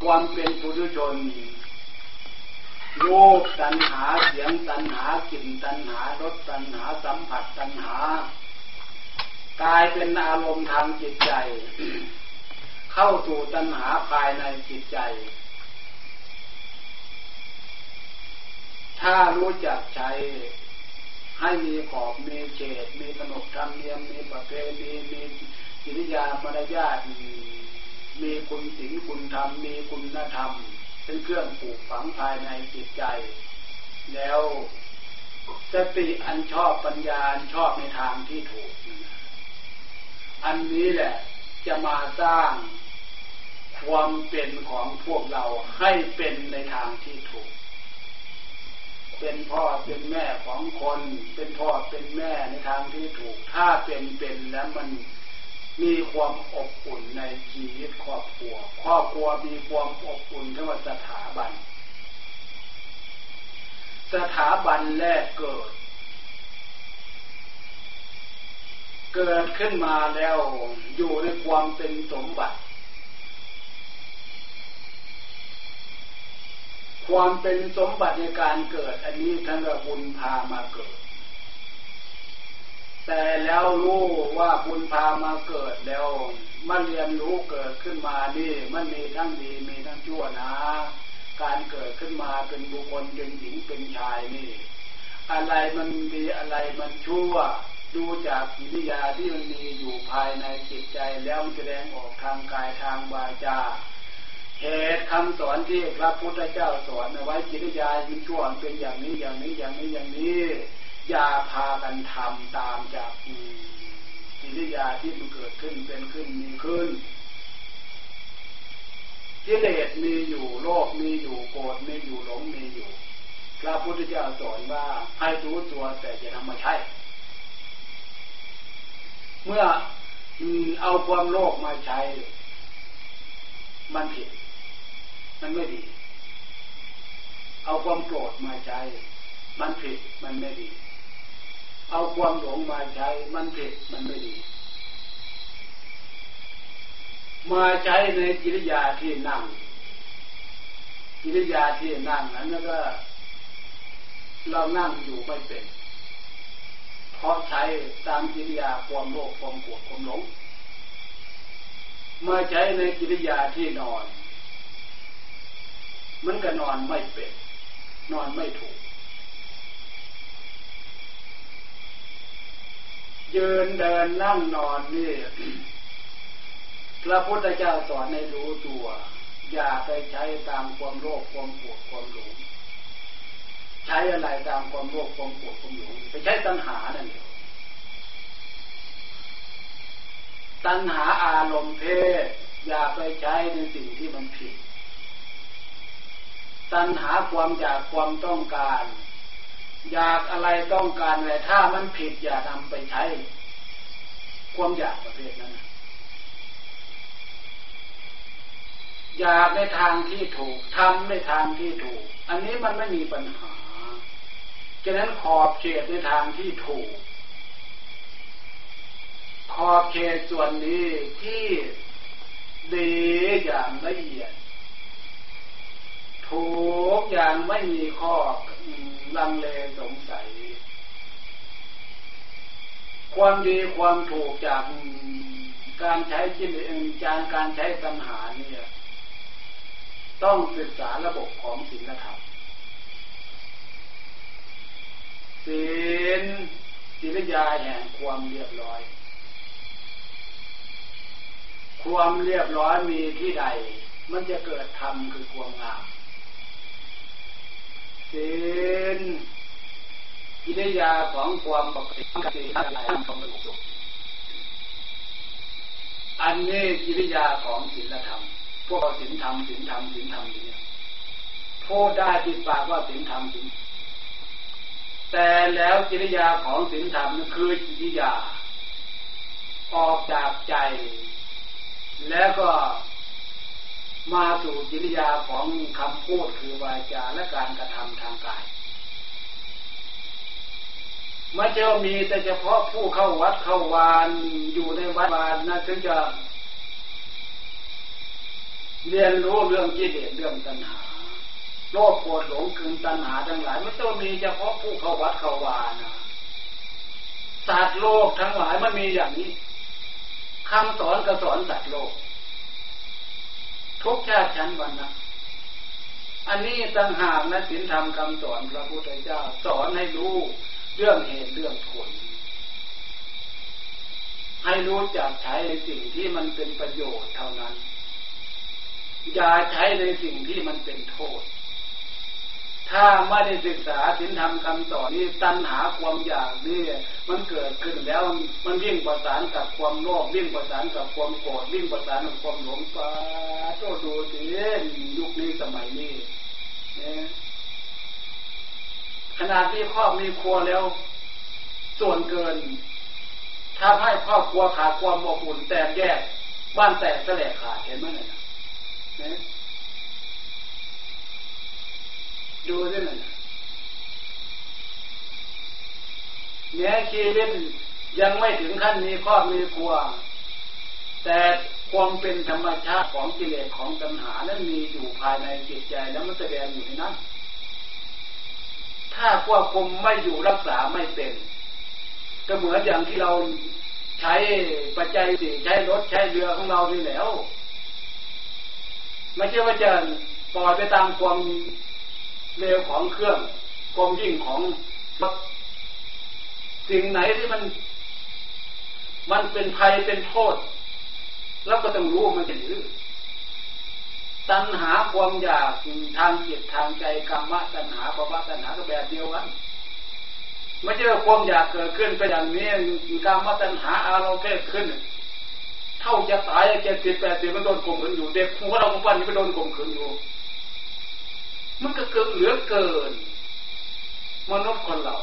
ความเป็นปุถุชนรูปตัณหาเสียงตัณหากลิ่นตัณหารสตัณหาสัมผัสตัณหากลายเป็นอารมณ์ทางจิตใจ เข้าสู่ตัณหาภายในจิตใจถ้ารู้จักใช้ให้มีขอบมีเขตมีขนบธรรมเนียมมีประเพณีมีกิริยามารยาทมีคุณศีลคุณธรรมมีคุณธรรมเป็นเครื่องปลูกฝังภายในจิตใจแล้วสติอันชอบปัญญาอันชอบในทางที่ถูกอันนี้แหละจะมาสร้างความเป็นของพวกเราให้เป็นในทางที่ถูกเป็นพ่อเป็นแม่ของคนเป็นพ่อเป็นแม่ในทางที่ถูกถ้าเป็นแล้วมันมีความอบอุ่นในชีวิตครอบครัวมีความอบอุ่นเท่ากับสถาบันแรกเกิดขึ้นมาแล้วอยู่ในความเป็นสมบัติความเป็นสมบัติในการเกิดอันนี้ท่านว่าบุญพามาเกิดแต่แล้วรู้ว่าบุญพามาเกิดแล้วมาเรียนรู้เกิดขึ้นมานี่มันมีทั้งดีมีทั้งชั่วนะการเกิดขึ้นมาเป็นบุคคลเป็นหญิงเป็นชายนี่อะไรมันดีอะไรมันชั่วดูจากกิริยาที่มันมีอยู่ภายในจิตใจแล้วมันแสดงออกทางกายทางวาจาเหตุคำสอนที่พระพุทธเจ้าสอนเอาไว้กิริยายิ่งชั่วเป็นอย่างนี้อย่าพากันทำตามจากกิริยาที่มันเกิดขึ้นเป็นขึ้นมีขึ้นกิเลสมีอยู่โลภมีอยู่โกรธมีอยู่หลงมีอยู่พระพุทธเจ้าสอนว่าให้รู้ตัวแต่จะนำมาใช้เมื่อเอาความโลภมาใช้มันผิดมันไม่ดีเอาความโกรธมาใช้มันผิดมันไม่ดีเอาความหลงมาใช้มันผิดมันไม่ดีมาใช้ในกิริยาที่นั่งนั้นแล้วก็เรานั่งอยู่ไม่เป็นเพราะใช้ตามกิริยาความโลภความโกรธความหลงมาใช้ในกิริยาที่นอนมันก็นอนไม่เป็นนอนไม่ถูกยืนเดินนั่งนอนนี่ พระพุทธเจ้าสอนให้รู้ตัวอย่าไปใช้ตามความโลภความโกรธความหลงใช้อะไรตามความโลภความโกรธความหลงไปใช้ตัณหานั่นเองตัณหาอารมณ์เพศอย่าไปใช้ในสิ่งที่มันผิดตัณหาความอยากความต้องการอยากอะไรต้องการอะไรถ้ามันผิดอย่านำไปใช้ความอยากประเภทนั้นอยากในทางที่ถูกทำในทางที่ถูกอันนี้มันไม่มีปัญหาฉะนั้นขอบเขตในทางที่ถูกขอบเขตส่วนนี้ที่ดีอย่างละเอียดถูกอย่างไม่มีข้อลังเลสงสัยความดีความถูกจากการใช้จิตจากการใช้ตัณหาเนี่ยต้องศึกษาระบบของศีลธรรมศีลกิริยาแห่งความเรียบร้อยความเรียบร้อยมีที่ใดมันจะเกิดธรรมคือความงามศีลกิริยาของความปกติอะไรของมันสุขอันนี้กิริยาของศีลธรรมพวกศีลธรรมนี่พูดได้ติดปากว่าศีลธรรมแต่แล้วกิริยาของศีลธรรมนั่นคือกิริยาออกจากใจแล้วก็มาสู่กิริยาของคำพูดคือวาจาและการกระทำทางกายไม่ใช่มีแต่เฉพาะผู้เข้าวัดเข้าวานอยู่ในวัดวานนะถึงจะเรียนรู้เรื่องกิเลสเรื่องตัณหาโลภโกรธหลงคือตัณหาทั้งหลายไม่ต้องมีเฉพาะผู้เข้าวัดเข้าวานะสัตว์โลกทั้งหลายมันมีอย่างนี้คำสอนก็สอนสัตว์โลกทุกชาติชั้นวรรณะอันนี้ต่างหากนะศีลธรรมคำสอนพระพุทธเจ้าสอนให้รู้เรื่องเหตุเรื่องผลให้รู้จักใช้ในสิ่งที่มันเป็นประโยชน์เท่านั้นอย่าใช้ในสิ่งที่มันเป็นโทษถ้าไม่ได้ศึกษาศีลธรรมคำสอนนี้ตัณหาความอยากนี่มันเกิดขึ้นแล้วมันวิ่งประสานกับความโลภวิ่งประสานกับความโกรธวิ่งประสานกับความหลงฟ้าโตดูสิยุคนี้สมัยนี้ขนาดที่ครอบมีครัวแล้วส่วนเกินถ้าให้ครอบครัวขาดความอบอุ่นแตกแยกบ้านแตกแสลกขาดเห็นไหมเนี่ยดูสิเนี่ยแม้ชีวิตยังไม่ถึงขั้นมีครอบมีครัวแต่ความเป็นธรรมชาติของกิเลสของตัณหานั้นมีอยู่ภายในจิตใจแล้วมันแสดงอยู่ในนั้นถ้าควบคุมไม่อยู่รักษาไม่เป็นก็เหมือนอย่างที่เราใช้ปัจจัยสี่ใช้รถใช้เรือของเรานี่แล้วไม่ใช่ว่าจะปล่อยไปตามความเร็วของเครื่องความยิ่งของรถสิ่งไหนที่มันเป็นภัยเป็นโทษแล้วก็ต้องรู้มันจะถือตัณหาความอยากทางจิตทางใจกรรมตัณหาภวตัณหาก็แบบเดียวกันไม่ใช่ว่าความอยากเกิดขึ้นไปอย่างนี้กรรมตัณหาอารมณ์เกิดขึ้นเท่าจะตาย70-80มันโดนข่มขืนอยู่เด็กหัวเราปั้นนี่ไปโดนข่มขืนอยู่มันก็เกิดเหลือเกินมนุษย์คนเรา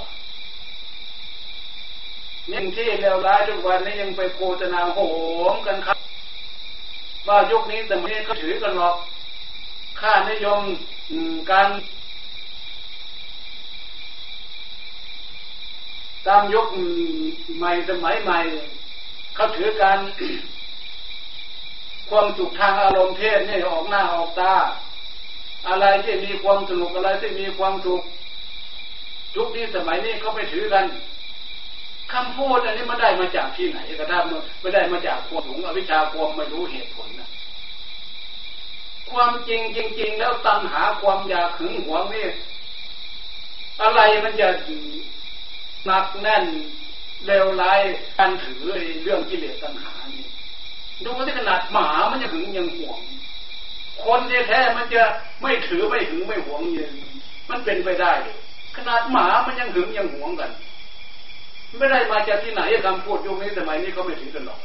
เนี่ยที่เลวร้ายทุกวันนี้ยังไปโฆษณาโหมกันครับว่ายุคนี้แต่ไม่เขาถือกันหรอกค่านิยมการตามยุคใหม่สมัยใหม่เขาถือการความสุขทางอารมณ์เพศนี่ออกหน้าออกตาอะไรที่มีความสนุกอะไรที่มีความสุขยุคนี้สมัยนี้เขาไปถือกันคำพูดอันนี้มันได้มาจากที่ไหนก็ได้ไม่ได้มาจากความหลงอวิชชาความไม่รู้เหตุผลนะความจริงแล้วตัณหาความอยากหึงหวงนี่อะไรมันจะหนักแน่นเลวร้ายการถือเรื่องกิเลสตัณหานี่ดูที่ขนาดหมามันยังหึงยังหวงคนแท้ๆมันจะไม่ถือไม่หึงไม่หวงยังมันเป็นไปได้ขนาดหมามันยังหึงยังหวงกันไม่ได้มาจากที่ไหนคำพูดยุคนี้สมัยนี้เขาไม่ถือกันหรอก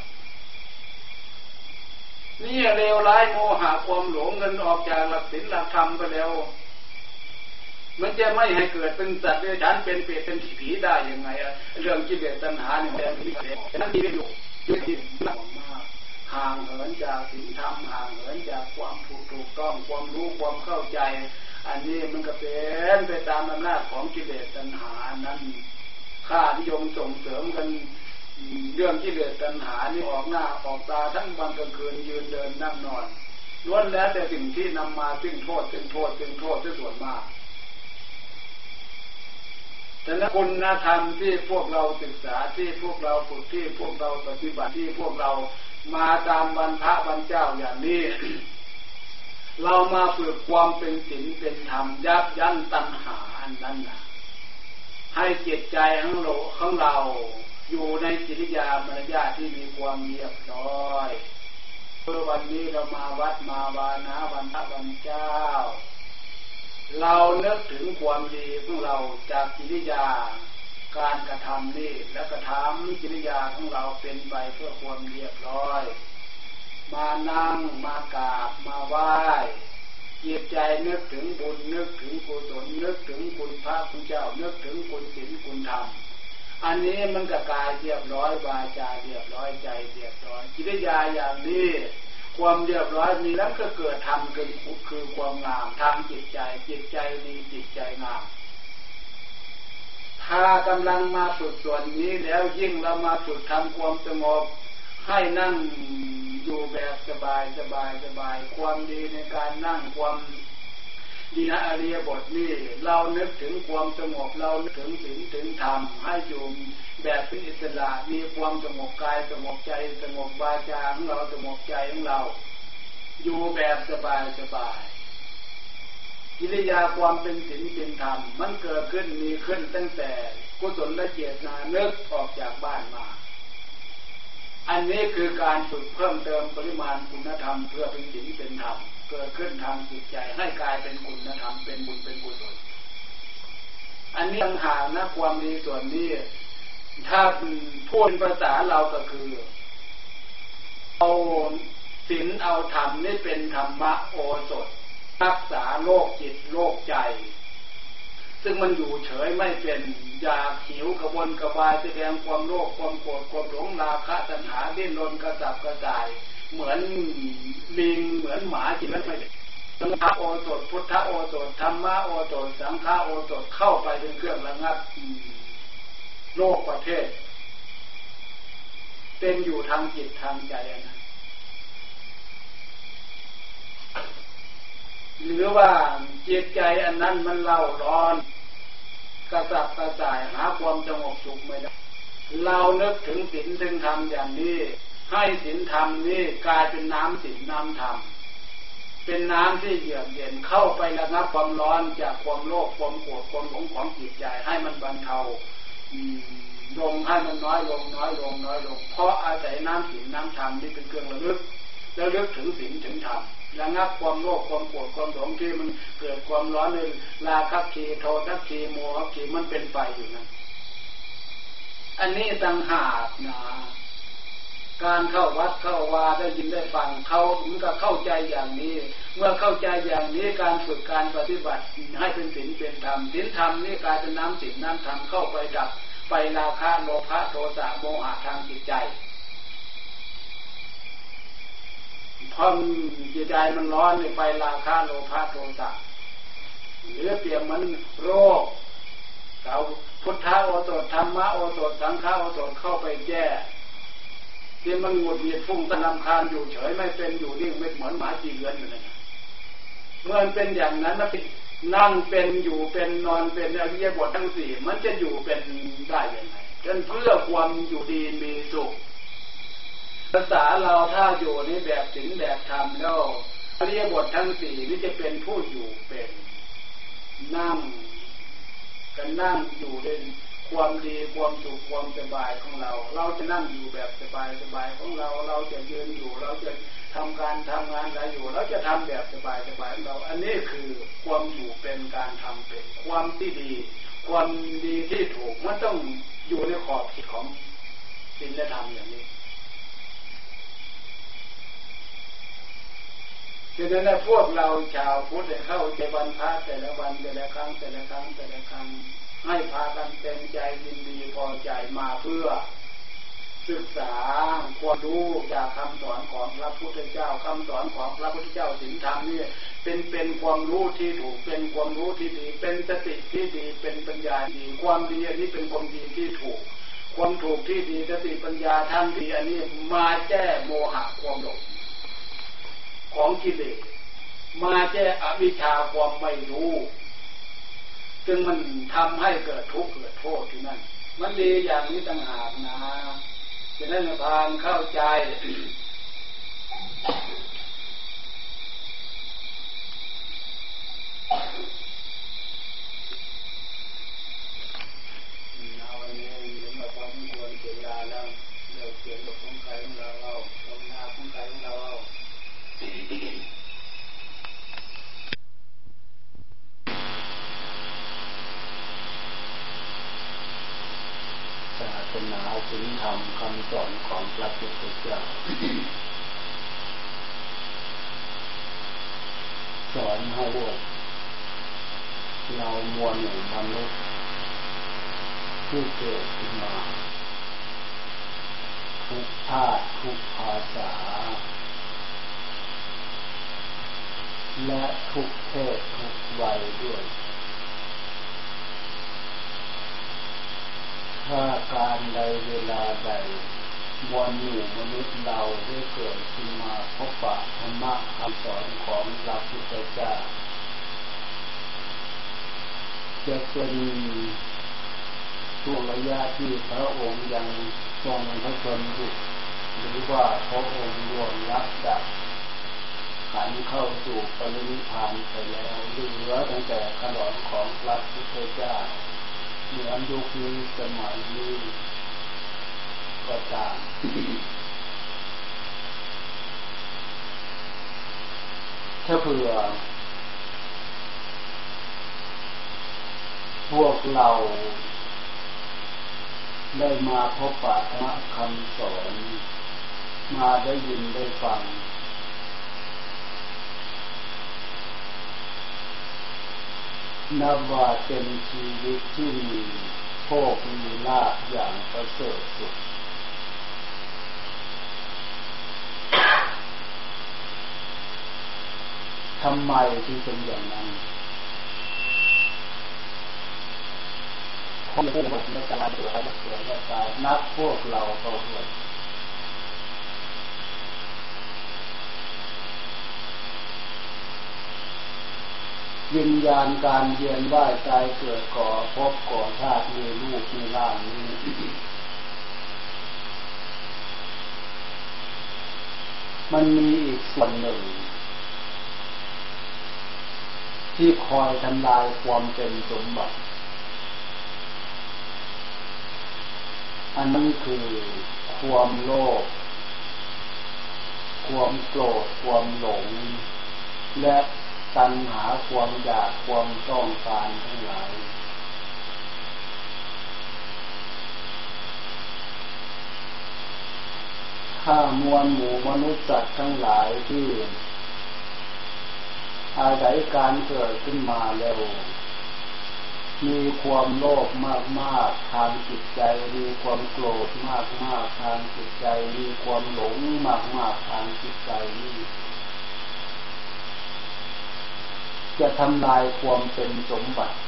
นี่เลวร้ายโมหะความหลงเงินออกจากหลักศีลหลักธรรมไปแล้วมันจะไม่ให้เกิดเป็นสัตว์เดรัจฉานเป็นเปรตเป็นผีได้ยังไงอะเรื่องกิเลสตัณหาเนี่ยมันมีเด็กนั่นที่อยู่ที่มากห่างเหินจากศีลธรรมห่างเหินจากความถูกต้องความรู้ความเข้าใจอันนี้มันก็เป็นไปตามอำนาจของกิเลสตัณหานั้นค่านิยมส่งเสริมกันเรื่องกิเลสตัณหานี่ออกหน้าออกตาทั้งวันกลางคืนยืนเดินนั่งนอนล้วนแล้วแต่สิ่งที่นำมาซึ่งโทษซึ่งส่วนมากแต่ละคุณธรรมที่พวกเราศึกษาที่พวกเราฝึกที่พวกเราปฏิบัติที่พวกเรามาตามวันพระวันเจ้าอย่างนี้ เรามาฝึกความเป็นศีลเป็นธรรมยับยั้งตัณหาอันนั้นนะให้จิตใจของเราอยู่ในกิริยามารยาทที่มีความเรียบร้อยเมื่อวันนี้เรามาวัดมาวานะวันพระวันเจ้าเรานึกถึงความดีของเราจากกิริยาการกระทำนี่และกระทำกิริยาของเราเป็นไปเพื่อความเรียบร้อยมานั่งมากราบมาไหว้จิตใจนึกถึงบุญนึกถึงกุศลนึกถึงคุณพระคุณเจ้านึกถึงคุณศีลคุณธรรมอันนี้มันก็กายเรียบร้อยวาจาเรียบร้อยใจเรียบร้อยกิริยาอย่างนี้ความเรียบร้อยมีแล้วก็เกิดธรรมคือความงามทางจิตใจจิตใจดีจิตใจงามถ้ากำลังมาฝึกส่วนนี้แล้วยิ่งเรามาฝึกทำความสงบให้นั่งอยู่แบบสบายสบายสบายความดีในการนั่งความดีนะอริยบทนี่เรานึกถึงความสงบเรานึกถึงศีลถึงธรรมให้อยู่แบบเป็นอิสระมีความสงบกายสงบใจสงบวาจาของเราสงบใจของเราอยู่แบบสบายสบายกิริยาความเป็นศีลเป็นธรรมมันเกิดขึ้นมีขึ้นตั้งแต่กุศลและเจตนานึกออกจากบ้านมาอันนี้คือการฝึกเพิ่มเติมปริมาณคุณธรรมเพื่อเป็นศีลเป็นธรรมเกิดขึ้นทางจิตใจให้กลายเป็นคุณธรรมเป็นบุญเป็นกุศลอันนี้ต่างหากนะความดีส่วนนี้ถ้าพูดภาษาเราก็คือเอาศีลเอาธรรมนี่เป็นธรรมะโอสถรักษาโรคจิตโรคใจซึ่งมันอยู่เฉยไม่เป็นอยากหิวกระวนกระวายแสดงความโลภความโกรธความหลงราคะตัณหาดิ้นรนกระสับกระส่ายเหมือนลิงเหมือนหมาจิตไม่เป็นสังฆโอสถพุทธโอสถธรรมะโอสถสังฆโอสถเข้าไปเป็นเครื่องระงับโลกประเทศเป็นอยู่ทางจิตทางใจนะหรือว่าจิตใจอันนั้นมันเล่าร้อนกระสับกระส่ายหาความสงบสุขไม่ได้เรานึกถึงศีลถึงธรรมอย่างนี้ให้ศีลธรรมนี้กลายเป็นน้ำศีลน้ำธรรมเป็นน้ำที่เยือกเย็นเข้าไประงับความร้อนจากความโลภความโกรธความหลงของจิตใจให้มันบรรเทาลงให้มันน้อยลงน้อยลงน้อยลงเพราะอาศัยน้ำศีลน้ำธรรมนี่เป็นเครื่องระลึกแล้วลึกถึงศีลถึงธรรมระงับความโลภความโกรธความหลงที่มันเกิดความร้อนในราคะคีโทสะคีโมหะคีมันเป็นไฟอยู่นะอันนี้ต่างหากนะการเข้าวัดเข้าวาได้ยินได้ฟังเขามันก็เข้าใจอย่างนี้เมื่อเข้าใจอย่างนี้การฝึกการปฏิบัติให้เป็นศีลเป็นธรรมศีลธรรมนี่กลายเป็นน้ำศีลน้ำธรรมเข้าไปดับไฟราคะโลภะโทสะโมหะทางจิตใจพอจิตใจมันร้อนในไฟราคะโลภะโทสะหรือเปรียบเหมือนโรคเขาพุทธโอสถธรรมะโอสถสังฆโอสถเข้าไปแก้ที่มันหงุดหงิดฟุ้งซ่านรำคาญอยู่เฉยไม่เป็นอยู่นิ่งไม่เหมือนหมาจีเรือนอยู่นั่นเมื่อเป็นอย่างนั้นนะนั่งเป็นอยู่เป็นนอนเป็นอริยบททั้งสี่มันจะอยู่เป็นได้ยังไงจนเพื่อความอยู่ดีมีสุขภาษาเราถ้าอยู่ในแบบศีลแบบธรรมแล้วอริยบททั้งสี่นี่จะเป็นผู้อยู่เป็นนั่งกันนั่งอยู่ในความดีความสุขความสบายของเราเราจะนั่งอยู่แบบสบายสบายของเราเราจะยืนอยู่เราจะทำการทำงานอะไรอยู่เราจะทำแบบสบายสบายของเราอันนี้คือความอยู่เป็นการทำเป็นความที่ดีความดีที่ถูกมันต้องอยู่ในขอบเขตของศีลและธรรมอย่างนี้ฉะนั้นพวกเราชาวพุทธเข้าใจวันพระแต่ละวันแต่ละครั้งแต่ละครั้งแต่ละครั้งให้พากันเต็มใจยินดีพอใจมาเพื่อศึกษาความรู้จากคำสอนของพระพุทธเจ้าคำสอนของพระพุทธเจ้าศีลธรรมนี่เป็นความรู้ที่ถูกเป็นความรู้ที่ดีเป็นสติที่ดีเป็นปัญญาดีความดีอันนี้เป็นความดีที่ถูกความถูกที่ดีสติปัญญาทางดีอันนี้มาแก้โมหะความหลงของกิเลสมาแก้อวิชชาความไม่รู้ซึ่งมันทำให้เกิดทุกข์เกิดโทษที่นั่นมันดีอย่างนี้ต่างหากนะฉะนั้นพานเข้าใจวันนี้เห็นว่าพอสมควรเสียเวลาแล้วเลิกเสียงของใครของเราเอาลงหน้าของใครของเราเอาศาสนาศีลธรรมคำสอนของพระพุทธเจ้า สอนให้พวกเรามวลหมู่มนุษย์ผู้เกิดขึ้นมาทุกชาติทุกภาษาและทุกเพศทุกวัยด้วยถ้าการใดเวลาใดมวลหมู่มนุษย์เราได้เกิดขึ้นมาพบปะธรรมะคำสอนของพระพุทธเจ้าจะเป็นช่วงระยะที่พระองค์ยังทรงพระชนอยู่หรือว่าพระองค์ล่วงลับดับขันเข้าสู่ปรินิพพานไปแล้วเหลือตั้งแต่ขนมของพระพุทธเจ้าเหมือนยุคนี้สมัยนี้ก็ตามถ้าเผื่อพวกเราได้มาพบปะธรรมคำสอนมาได้ยินได้ฟังนับว่าเป็นชีวิตที่มีโชคมีลาภอย่างประเสริฐสุดทำไมที่เป็นอย่างนั้นเพราะผู้คนไม่การเกิดไม่ตายนับพวกเราเข้าด้วยวิญญาณการเวียนว่ายตายเกิดก่อพบก่อชาติมีรูปมีร่างนี้มันมีอีกส่วนหนึ่งที่คอยทำลายความเป็นสมบัติอันนั้นคือความโลภความโกรธความหลงและตัณหาความอยากความต้องการทั้งหลายถ้ามวลหมู่มนุษย์สัตว์ทั้งหลายที่อาศัยการเกิดขึ้นมาแล้วมีความโลภมากๆทางจิตใจมีความโกรธมากๆทางจิตใจมีความหลงมากๆทางจิตใจนี่จะทำลายความเป็นสมบัติ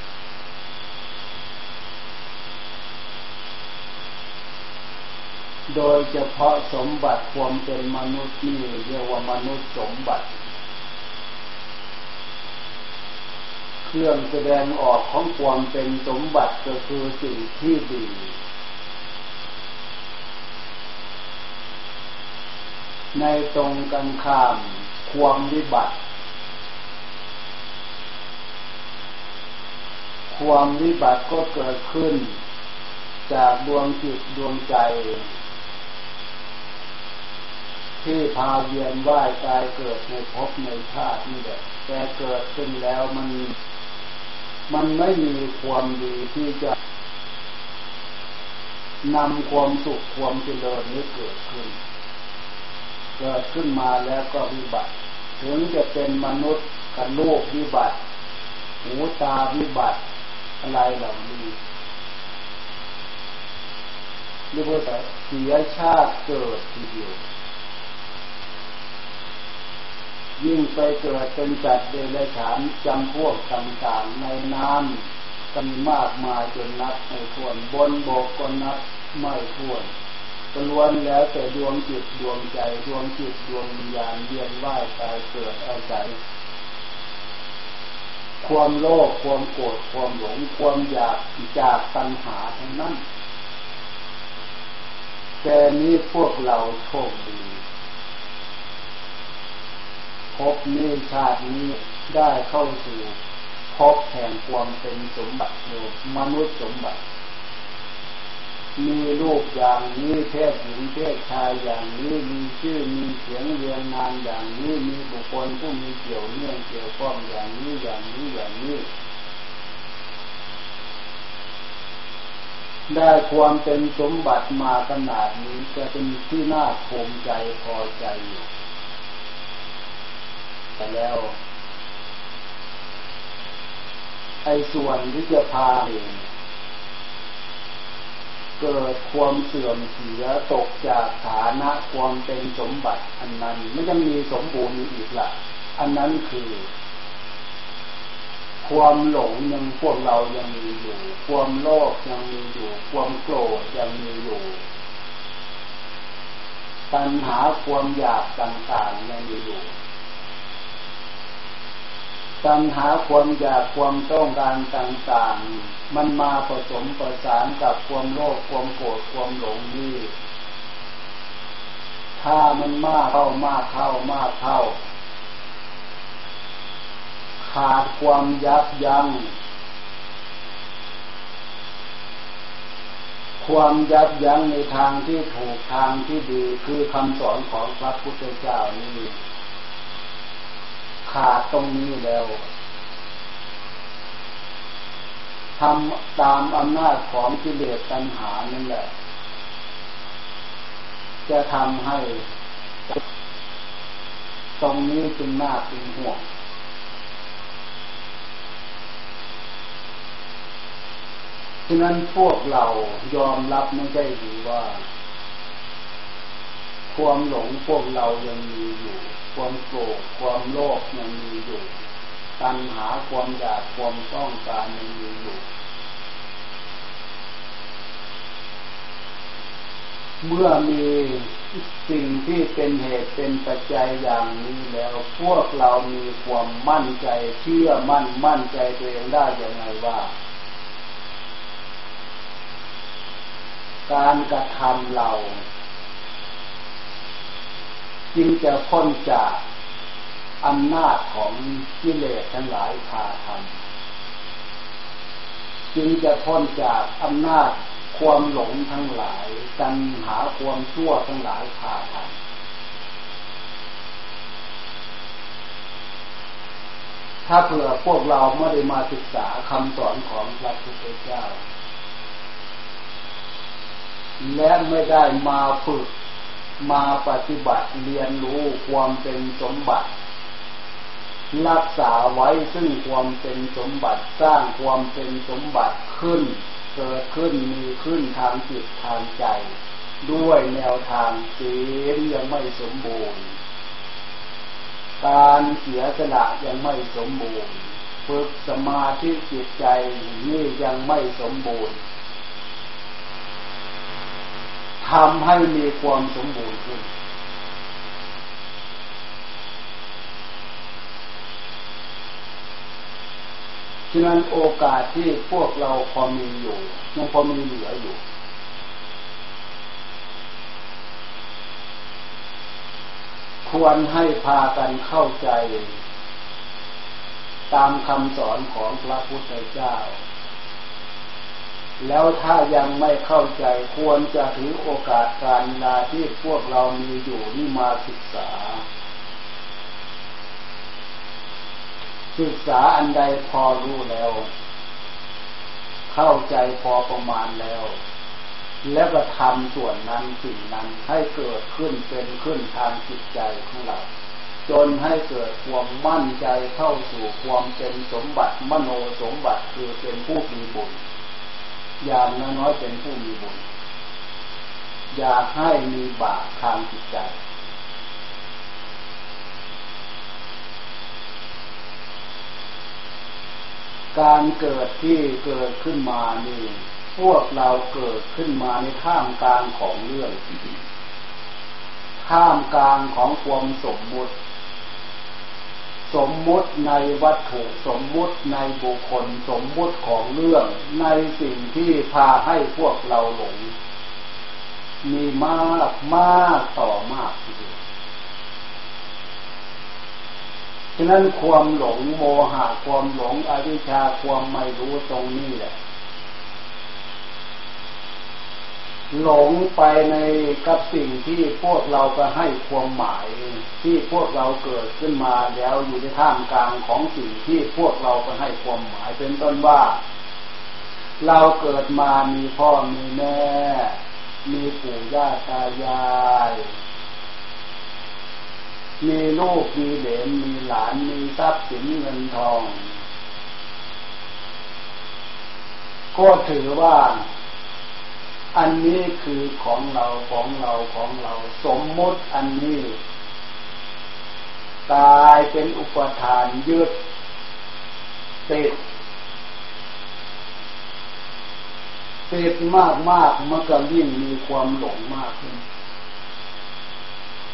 โดยเฉพาะสมบัติความเป็นมนุษย์นี่เรียกว่ามนุษย์สมบัติเครื่องแสดงออกของความเป็นสมบัติก็คือสิ่งที่ดีในตรงกันข้ามความวิบัติความวิบัติก็เกิดขึ้นจากดวงจิตดวงใจที่พาเวียนว่ายตายเกิดในภพในชาตินี่แหละแต่เกิดขึ้นแล้วมันไม่มีความดีที่จะนำความสุขความเจริญนี้เกิดขึ้นมาแล้วก็วิบัติถึงจะเป็นมนุษย์กับโลกวิบัติหูตาวิบัติอะไรเหล่านี้เรียกว่าเสียชาติเกิดทีเดียวยิ่งไปเกิดเป็นสัตว์เดรัจฉานจำพวกต่างๆในน้ำก็มีมากมายจนนับไม่ถ้วนบนบกก็นับไม่ถ้วนล้วนแล้วแต่ดวงจิตดวงใจดวงจิตดวงวิญญาณเวียนว่ายตายเกิดอาศัยความโลภความโกรธความหลงความอยากจากตัณหาทั้งนั้นแต่นี้พวกเราโชคดีภพนี้ชาตินี้ได้เข้าสู่ภพแห่งความเป็นสมบัติโลกมนุษย์สมบัติมีรูปอย่างนี้เพศหญิงเพศชายอย่างนี้มีชื่อมีเสียงเรียงนามอย่างนี้มีบุคคลผู้มีเกี่ยวเนื่องเกี่ยวข้องอย่างนี้ได้ความเป็นสมบัติมาขนาดนี้จะเป็นที่น่าภูมิใจพอใจอยู่แต่แล้วไอ้ส่วนที่จะพาเองเกิดความเสื่อมเสียตกจากฐานะความเป็นสมบัติอันนั้นไม่ยังมีสมบูรณ์อีกละอันนั้นคือความหลงยังพวกเรายังมีอยู่ความโลภยังมีอยู่ความโกรธยังมีอยู่ตัณหาความอยากต่างๆยังมีอยู่ตัณหาความอยากความต้องการต่างๆมันมาผสมประสานกับความโลภความโกรธความหลงนี่ถ้ามันมากเข้าขาดความยับยั้งความยับยั้งในทางที่ถูกทางที่ดีคือคำสอนของพระพุทธเจ้านี่ขาดตรงนี้แล้วทำตามอำนาจของกิเลสตัณหานั่นแหละจะทำให้ตรงนี้จึงน่าเป็นห่วงฉะนั้นพวกเรายอมรับไม่ได้หรือว่าความหลงพวกเรายังมีอยู่ความโกรธความโลภยังมีอยู่ตัณหาความอยากความต้องการยังมีอยู่เมื่อมีสิ่งที่เป็นเหตุเป็นปัจจัยอย่างนี้แล้วพวกเรามีความมั่นใจเชื่อมั่นใจตัวเองได้อย่างไรว่าการกระทำเราจึงจะพ้นจากอำนาจของกิเลสทั้งหลายพาทำจึงจะพ้นจากอำนาจความหลงทั้งหลายตัณหาความชั่วทั้งหลายพาทำถ้าเผื่อพวกเราไม่ได้มาศึกษาคำสอนของพระพุทธเจ้าและไม่ได้มาฝึกมาปฏิบัติเรียนรู้ความเป็นสมบัติรักษาไว้ซึ่งความเป็นสมบัติสร้างความเป็นสมบัติขึ้นเกิดขึ้นมีขึ้นทางจิตทางใจด้วยแนวทางศีลยังไม่สมบูรณ์การเสียสละยังไม่สมบูรณ์ฝึกสมาธิจิตใจนี่ยังไม่สมบูรณ์ทำให้มีความสมบูรณ์ขึ้นฉะนั้นโอกาสที่พวกเราพอมีอยู่ยังพอมีเหลืออยู่ควรให้พากันเข้าใจตามคำสอนของพระพุทธเจ้าแล้วถ้ายังไม่เข้าใจควรจะถือโอกาสการเวลาที่พวกเรามีอยู่นี่มาศึกษาอันใดพอรู้แล้วเข้าใจพอประมาณแล้วแล้วก็ทำส่วนนั้นสิ่งนั้นให้เกิดขึ้นเป็นขึ้นทางจิตใจของเราจนให้เกิดความมั่นใจเข้าสู่ความเป็นสมบัติมโนสมบัติคือเป็นผู้มีบุญอย่างน้อยๆเป็นผู้มีบุญอยากให้มีบาปทางจิตใจการเกิดที่เกิดขึ้นมานี่พวกเราเกิดขึ้นมาในท่ามกลางของเรื่องท่ามกลางของความสมมุติในวัตถุสมมุติในบุคคลสมมุติของเรื่องในสิ่งที่พาให้พวกเราหลงมีมากต่อมากทีเดียวฉะนั้นความหลงโมหะความหลงอวิชชาความไม่รู้ตรงนี้แหละหลงไปในกับสิ่งที่พวกเราก็ให้ความหมายที่พวกเราเกิดขึ้นมาแล้วอยู่ในท่ามกลางของสิ่งที่พวกเราก็ให้ความหมายเป็นต้นว่าเราเกิดมามีพ่อมีแม่มีปู่ย่าตายายมีลูกมีเหลนมีหลานมีทรัพย์สินเงินทองก็ถือว่าอันนี้คือของเราสมมุติอันนี้กลายเป็นอุปทานยึดติดมากมันก็ยิ่งมีความหลงมากขึ้น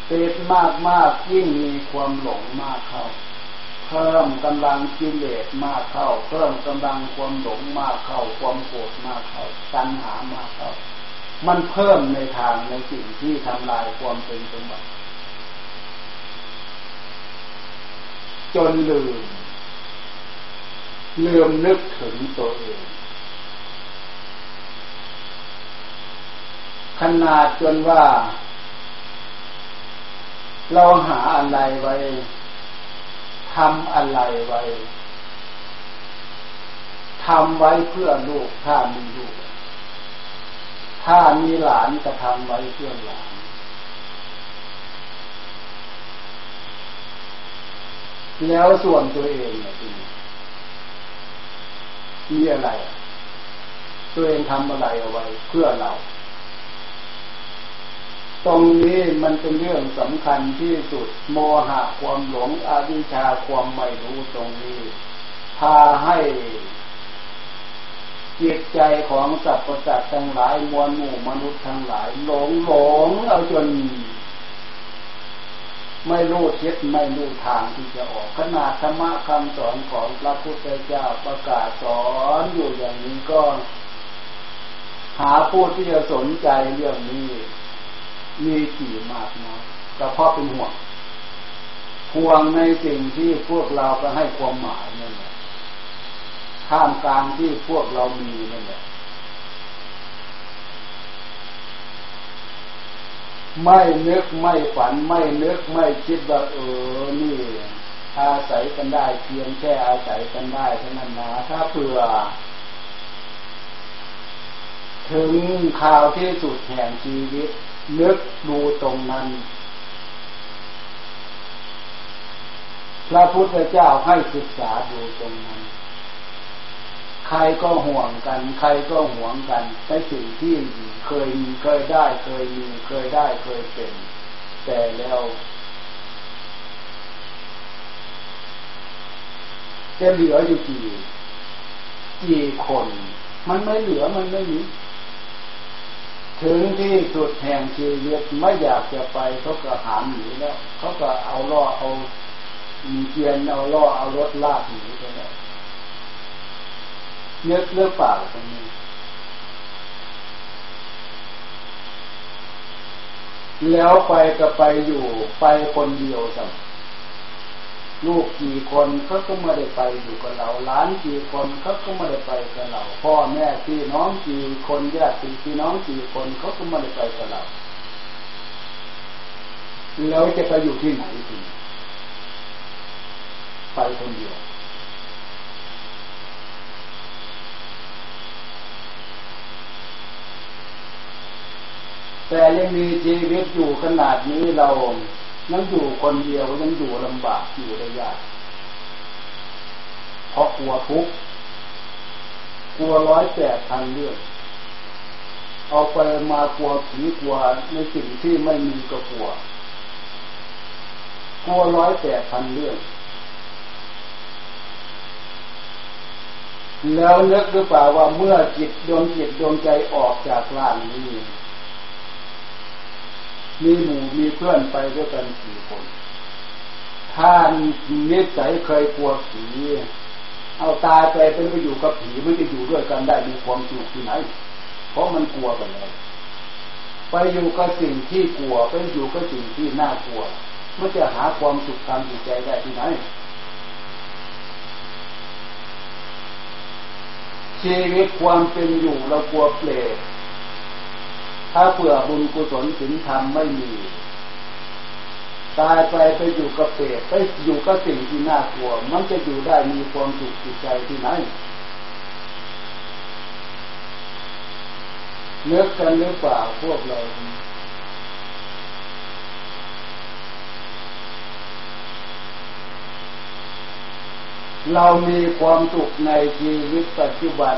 ติดมากยิ่งมีความหลงมากเข้าเพิ่มกำลังกิเลสมากเข้าเพิ่มกำลังความหลงมากเข้าความโกรธมากเข้าตัณหามากเข้ามันเพิ่มในทางในสิ่งที่ทำลายความเป็นสมบัติจนลืมนึกถึงตัวเองขนาดจนว่าเราหาอะไรไว้ทำอะไรไว้ทำไว้เพื่อลูกถ้ามีลูกถ้ามีหลานก็ทำไว้เพื่อหลานแล้วส่วนตัวเองเนี่ยมีอะไรตัวเองทำอะไรเอาไว้เพื่อเราตรงนี้มันเป็นเรื่องสำคัญที่สุดโมหะความหลงอวิชชาความไม่รู้ตรงนี้พาให้จิตใจของสรรพสัตว์ทั้งหลายมวลหมู่มนุษย์ทั้งหลายหลงเอาจนไม่รู้ทิศไม่รู้ทางที่จะออกขนาดธรรมะคำสอนของพระพุทธเจ้าประกาศสอนอยู่อย่างนี้ก็หาผู้ที่จะสนใจเรื่องนี้มีกี่มากน้อยก็เพราะเป็นห่วงในสิ่งที่พวกเราก็ให้ความหมายนั่นแหละท่ามกลางที่พวกเรามีนั่นแหละไม่นึกไม่ฝันไม่นึกไม่คิดว่านี่อาศัยกันได้เพียงแค่อาศัยกันได้เท่านั้นนะถ้าเผื่อถึงข่าวที่สุดแห่งชีวิตนึกดูตรงนั้นพระพุทธเจ้าให้ศึกษาดูตรงนั้นใครก็ห่วงกันใครก็หวงกันในสิ่งที่เคยมีเคยได้เคยมีเคยได้เคยเป็นแต่แล้วจะเหลืออยู่กี่คนมันไม่เหลือมันไม่มีถึงที่สุดแห่งชีวิตไม่อยากจะไปเขาก็หามหนีแล้วเขาก็เอาล่อเอาเกียนเอาล่อเอารถลากหนีไปแล้วเลือกเปล่าตรงนี้แล้วไปก็ไปอยู่ไปคนเดียวสักลูกกี่คนเขาก็ไม่ได้ไปอยู่กับเราหลานกี่คนเขาก็ไม่ได้ไปกับเราพ่อแม่พี่น้องกี่คนญาติพี่น้องกี่คนเขาก็ไม่ได้ไปกับเราแล้วจะไปอยู่ที่ไหนทีไปคนเดียวแต่ยังมีชีวิตอยู่ขนาดนี้เรายังอยู่คนเดียวยังอยู่ลำบากอยู่ได้ยากเพราะกลัวทุกข์กลัว108,000 เรื่องเอาไปมากลัวผีกลัวในสิ่งที่ไม่มีก็กลัว108,000 เรื่องแล้วนึกหรือเปล่าว่าเมื่อจิตดวงใจออกจากร่างนี้มีหมู่มีเพื่อนไปด้วยกันกี่คนถ้านิสัยเคยกลัวผีเอาตายไปเป็นไปอยู่กับผีมันจะอยู่ด้วยกันได้มีความสุขที่ไหนเพราะมันกลัวกันแล้วไปอยู่กับสิ่งที่กลัวไปอยู่กับสิ่งที่น่ากลัวมันจะหาความสุขทางจิตใจได้ที่ไหนชีวิตความเป็นอยู่เรากลัวเปรตถ้าเผื่อบุญกุศลศีลธรรมไม่มีตายไปอยู่กับเปรตไปอยู่กับสิ่งที่น่ากลัวมันจะอยู่ได้มีความสุขจิตใจที่ไหนนึกกันหรือเปล่าพวกเราเรามีความสุขในชีวิตปัจจุบัน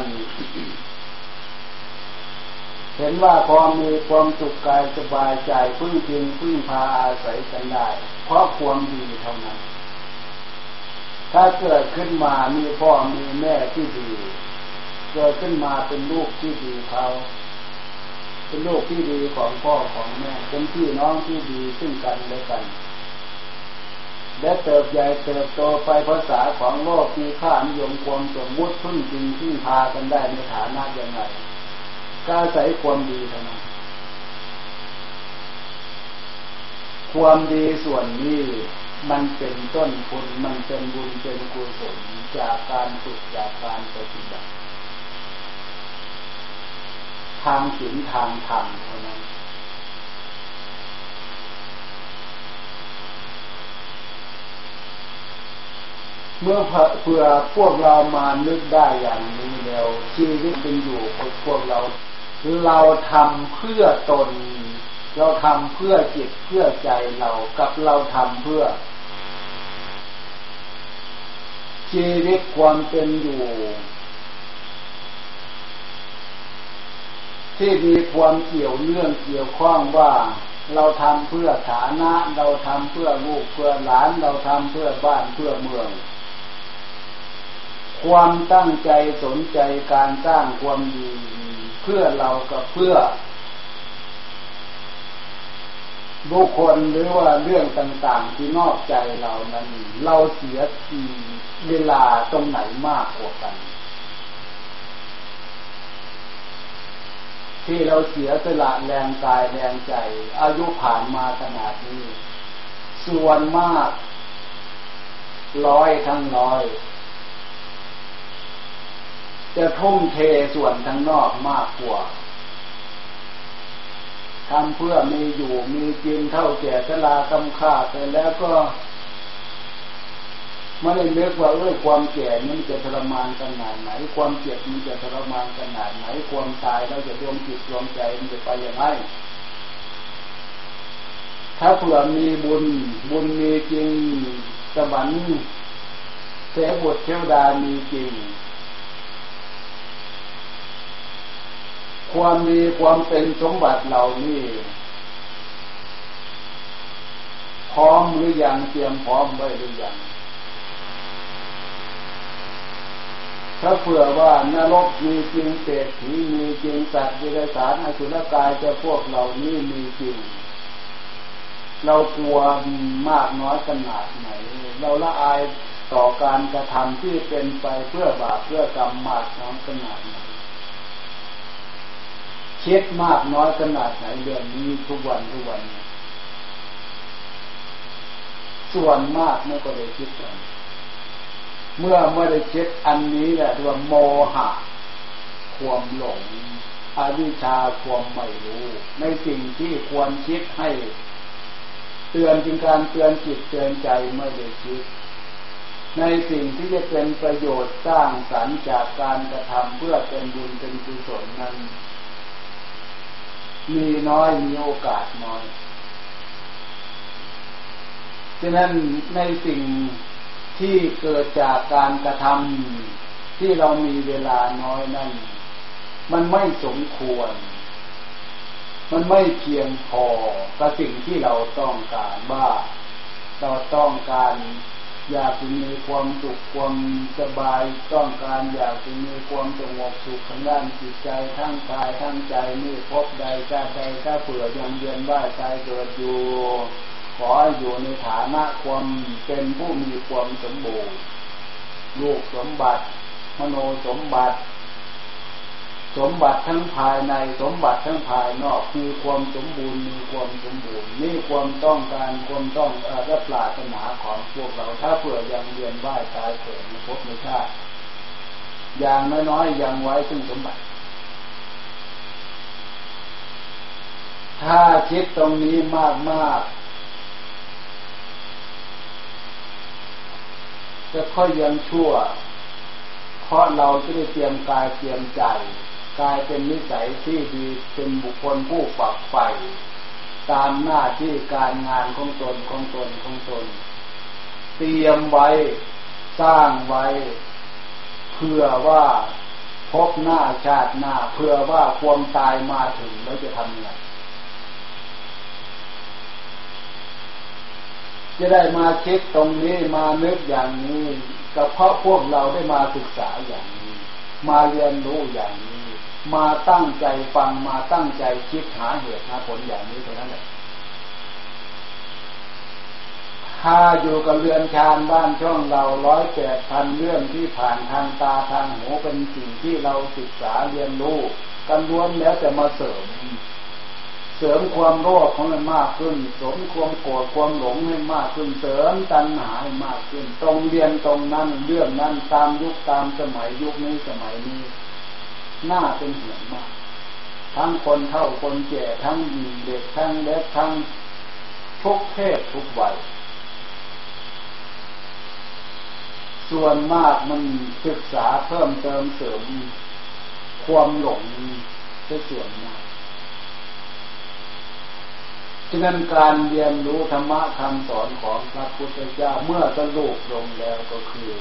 เห็นว่าพอมีความสุขกายสบายใจพึ่งพิงพึ่งพาอาศัยกันได้เพราะความดีเท่านั้นถ้าเกิดขึ้นมามีพ่อมีแม่ที่ดีเกิดขึ้นมาเป็นลูกที่ดีเขาเป็นลูกที่ดีของพ่อของแม่เป็นพี่น้องที่ดีซึ่งกันและกันและเติบใหญ่เติบโตไปภาษาของโลกมีค่านิยมความสมมุติพึ่งจริงที่พากันได้ในฐานะอย่างไรก็อาศัยความดีเท่านั้นความดีส่วนนี้มันเป็นต้นทุนมันเป็นบุญเป็นกุศลจากการฝึกจากการปฏิบัติทางศีลทางธรรมเท่านั้นเมื่อเพื่อพวกเรามานึกได้อย่างนี้แล้วชีวิตเป็นอยู่ของพวกเราทำเพื่อตนเราทำเพื่อจิตเพื่อใจเรากับเราทำเพื่อชีวิตความเป็นอยู่ที่มีความเกี่ยวเนื่องเกี่ยวข้องว่าเราทำเพื่อฐานะเราทำเพื่อลูกเพื่อหลานเราทำเพื่อบ้านเพื่อเมืองความตั้งใจสนใจการสร้างความดีเพื่อเรากับเพื่อบุคคลหรือว่าเรื่องต่างๆที่นอกใจเรานั้นเราเสียเวลาตรงไหนมากกว่ากันที่เราเสียสละแรงกายแรงใจอายุผ่านมาขนาดนี้ส่วนมาก100 ทั้ง 100จะทุ่มเทส่วนทั้งนอกมากกว่าทำเพื่อมีอยู่มีกินเท่าแก่ชราคำค่าไปแล้วก็ไม่ได้นึกว่าความแก่มันจะทรมานขนาดไหนความเจ็บมันจะทรมานขนาดไหนความตายแล้วจะรวมจิตรวมใจมันจะไปอย่างไรถ้าเผื่อมีบุญมีจริงสวรรค์เทพบุตรเทวดามีจริงความดีความเป็นสมบัติเหล่านี้พร้อมหรือยังเตรียมพร้อมไว้หรือยังถ้าเผื่อว่านรกมีจริงเศรษฐีมีจริงสัตว์เดรัจฉานอสุรกายจะพวกเหล่านี้มีจริงเรากลัวมากน้อยขนาดไหนเราละอายต่อการกระทำที่เป็นไปเพื่อบาปเพื่อกรรมมากน้อยขนาดไหนคิดมากน้อยขนาดไหนเรื่องนี้ทุกวันส่วนมากไม่ก็ได้คิดกันเมื่อไม่ได้คิดอันนี้แหละเรียกว่าโมหะความหลงอวิชชาความไม่รู้ในสิ่งที่ควรคิดให้เตือนจึงการเตือนจิตเตือนใจไม่ได้คิดในสิ่งที่จะเป็นประโยชน์สร้างสรรค์จากการกระทำเพื่อเป็นบุญเป็นกุศลนั้นมีน้อยมีโอกาสน้อยฉะนั้นในสิ่งที่เกิดจากการกระทำที่เรามีเวลาน้อยนั้นมันไม่สมควรมันไม่เพียงพอกับสิ่งที่เราต้องการว่าเราต้องการอยากจะมีความสุขความสบายต้องการอยากจะมีความสงบสุขทางด้านจิตใจทั้งกายทั้งใจนี่พบใดชาติใดถ้าเผื่อยังเวียนว่ายตายเกิดอยู่ขออยู่ในฐานะความเป็นผู้มีความสมบูรณ์ลูกสมบัติมโนสมบัติทั้งภายในสมบัติทั้งภายนอกมีความสมบูรณ์มีความสมบูรณ์นี่ความต้องการความต้องและปรารถนาของพวกเราถ้าเผื่อยังเวียนว่ายตายเกิดในภพในชาติอย่างน้อยๆยังไว้ซึ่งสมบัติถ้าคิดตรงนี้มากๆจะค่อยยังชั่วเพราะเราจะได้เตรียมกายเตรียมใจกายเป็นนิสัยที่ดีเป็นบุคคลผู้ฝักใฝ่ตามหน้าที่การงานของตนเตรียมไว้สร้างไว้เพื่อว่าพบหน้าชาติหน้าเพื่อว่าความตายมาถึงแล้วจะทำยังไงจะได้มาคิดตรงนี้มานึกอย่างนี้ก็เพราะพวกเราได้มาศึกษาอย่างนี้มาเรียนรู้อย่างนี้มาตั้งใจฟังมาตั้งใจคิดหาเหตุหาผลอย่างนี้เท่านั้นแหละถ้าอยู่กับเรือนชานบ้านช่องเรา108,000เรื่องที่ผ่านทางตาทางหูเป็นสิ่งที่เราศึกษาเรียนรู้กันล้วนแล้วแต่มาเสริมความโลภของมันมากขึ้นเสริมความโกรธความหลงให้มากขึ้นเสริมตัณหาให้มากขึ้นตรงเรียนตรงนั้นเรื่องนั้นตามยุคตามสมัยยุคนี้สมัยนี้น่าเป็นห่วงมากทั้งคนเฒ่าคนแก่ทั้งหญิงเด็กทั้งเล็กทั้งทุกเพศทุกวัยส่วนมากมันศึกษาเพิ่มเติมเสริมความหลงเป็นส่วนมากฉะนั้นการเรียนรู้ธรรมะคำสอนของพระพุทธเจ้าเมื่อสรุปลงแล้วก็คือ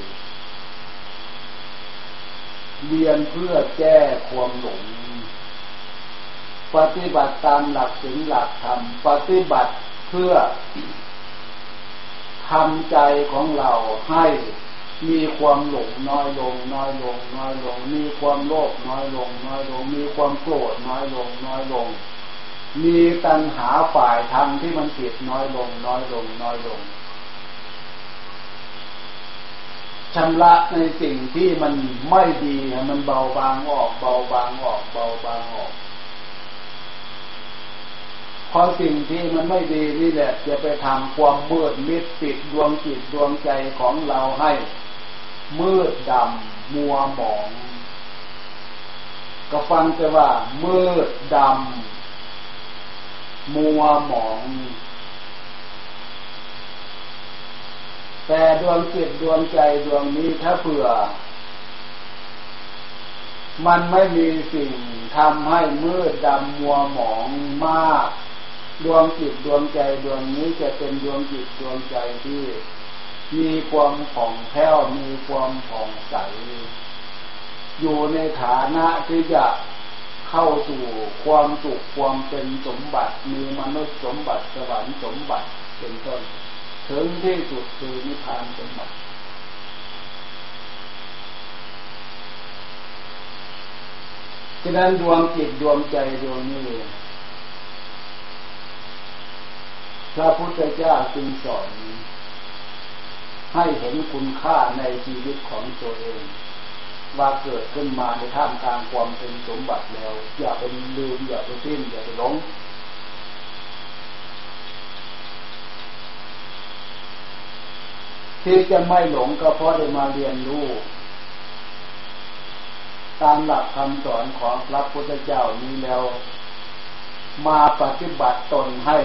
เรียนเพื่อแก้ความหลงปฏิบัติตามหลักศีลหลักธรรมปฏิบัติเพื่อทำใจของเราให้มีความหลงน้อยลงน้อยลงน้อยลงมีความโลภน้อยลงน้อยลงมีความโกรธน้อยลงน้อยลงมีตัณหาฝ่ายธรรมที่มันผิดน้อยลงน้อยลงน้อยลงชำระในสิ่งที่มันไม่ดีมันเบาบางออกเบาบางออกเบาบางออกเพราะสิ่งที่มันไม่ดีนี่แหละจะไปทำความมืดมิดปิดดวงจิตดวงใจของเราให้มืดดำมัวหมองก็ฟังแต่ว่ามืดดำมัวหมองแต่ดวงจิตดวงใจดวงนี้ถ้าเผื่อมันไม่มีสิ่งทำให้มืดดำมัวหมองมากดวงจิตดวงใจดวงนี้จะเป็นดวงจิตดวงใจที่มีความผ่องแผ้วมีความผ่องใสอยู่ในฐานะที่จะเข้าสู่ความสุขความเป็นสมบัติมีมนุษย์สมบัติสวรรค์สมบัติเป็นต้นถึงที่สุดคือนิพพานสมบัติฉะนั้นดวงจิตดวงใจดวงนี้พระพุทธเจ้าจึงสอนให้เห็นคุณค่าในชีวิตของตัวเองว่าเกิดขึ้นมาในท่ามกลางความเป็นสมบัติแล้วอย่าไปลืมอย่าไปทิ้งอย่าไปหลงที่จะไม่หลงก็เพราะได้มาเรียนรู้ตามหลักคำสอนของพระพุทธเจ้านี้แล้วมาปฏิบัติตนให้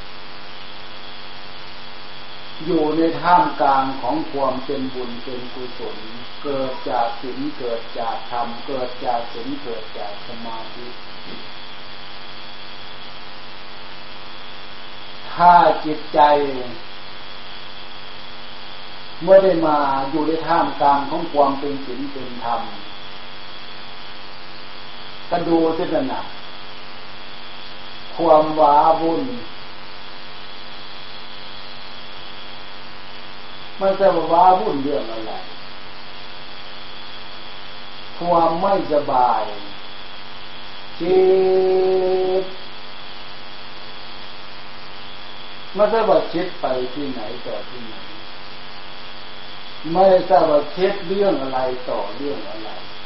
อยู่ในท่ามกลางของความเป็นบุญเป็นกุศลเกิดจากศีลเกิดจากธรรมเกิดจากศีลเกิดจากสมาธิถ้าจิตใจเมื่อได้มาอยู่ในท่ามกลางของความเป็นศีลเป็นธรรมก็ดูสินะความว้าวุ่นมันจะว้าวุ่นเรื่องอะไรความไม่สบายคิดไม่ทราบว่าคิดไปที่ไหนต่อที่ไหนไม่ทราบว่าคิดเรื่องอะไรต่อเรื่องอะไร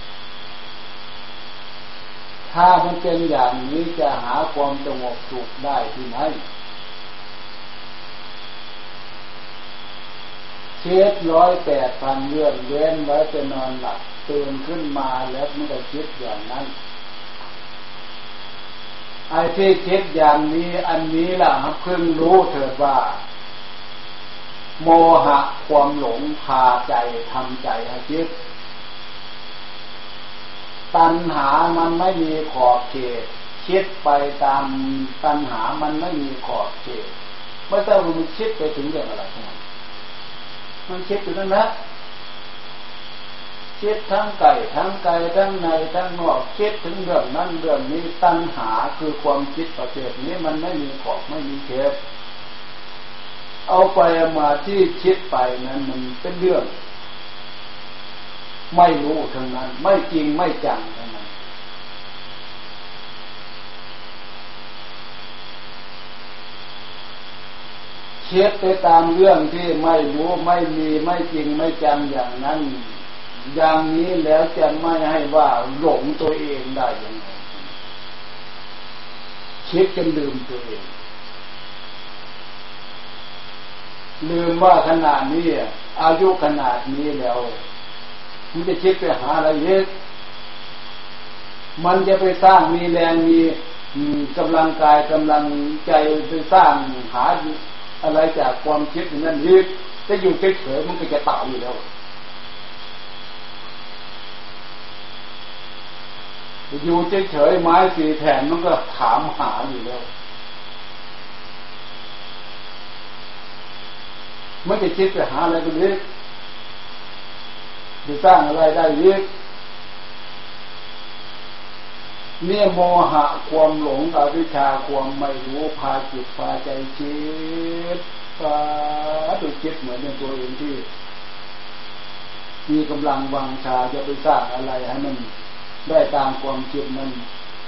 ถ้ามันเป็นอย่างนี้จะหาความสงบสุขได้ที่ไหนคิด108,000เรื่องเว้นไว้จะนอนหลับตื่นขึ้นมาแล้วไม่ได้คิดอย่างนั้นไอ้ที่คิดอย่างนี้อันนี้ล่ะเพิ่งรู้เถิดว่าโมหะความหลงพาใจทำใจให้คิดตัณหามันไม่มีขอบเขตคิดไปตามตัณหามันไม่มีขอบเขตไม่ต้องมันคิดไปถึงเรื่องอะไรทั้งนั้นมันคิดอยู่นั่นแหละคิดทั้งไก่ทั้งไก่ทั้งในทั้งนอกคิดถึงเรื่องนั้นเรื่องนี้ตัณหาคือความคิดประเภทนี้มันไม่มีขอบไม่มีเขตเอาไปมาที่คิดไปนั้นมันเป็นเรื่องไม่รู้ทั้งนั้นไม่จริงไม่จังทั้งนั้นคิดไปตามเรื่องที่ไม่รู้ไม่มีไม่จริงไม่จังอย่างนั้นอย่างนี้แล้วจะไม่ให้ว่าหลงตัวเองได้ยังไงคิดจนลืมตัวเองลืมว่าขนาดนี้อายุขนาดนี้แล้วมันจะคิดไปหาอะไรเยอะมันจะไปสร้างมีแรงมีกำลังกายกำลังใจไปสร้างหาอะไรจากความคิดนั้นยึดจะอยู่เฉยๆมันก็จะตายอยู่แล้วอยู่เฉยๆไม้สี่แผ่นมันก็ถามหาอยู่แล้วไม่ได้คิดไปหาอะไรกันยึดจะสร้างอะไรได้ยึดเนี่ยโมหะความหลงอวิชชาความไม่รู้พาจิตพาใจคิดพาดูคิดเหมือนในตัวเองที่มีกำลังวังชาจะไปสร้างอะไรให้มันได้ตามความคิดนั้น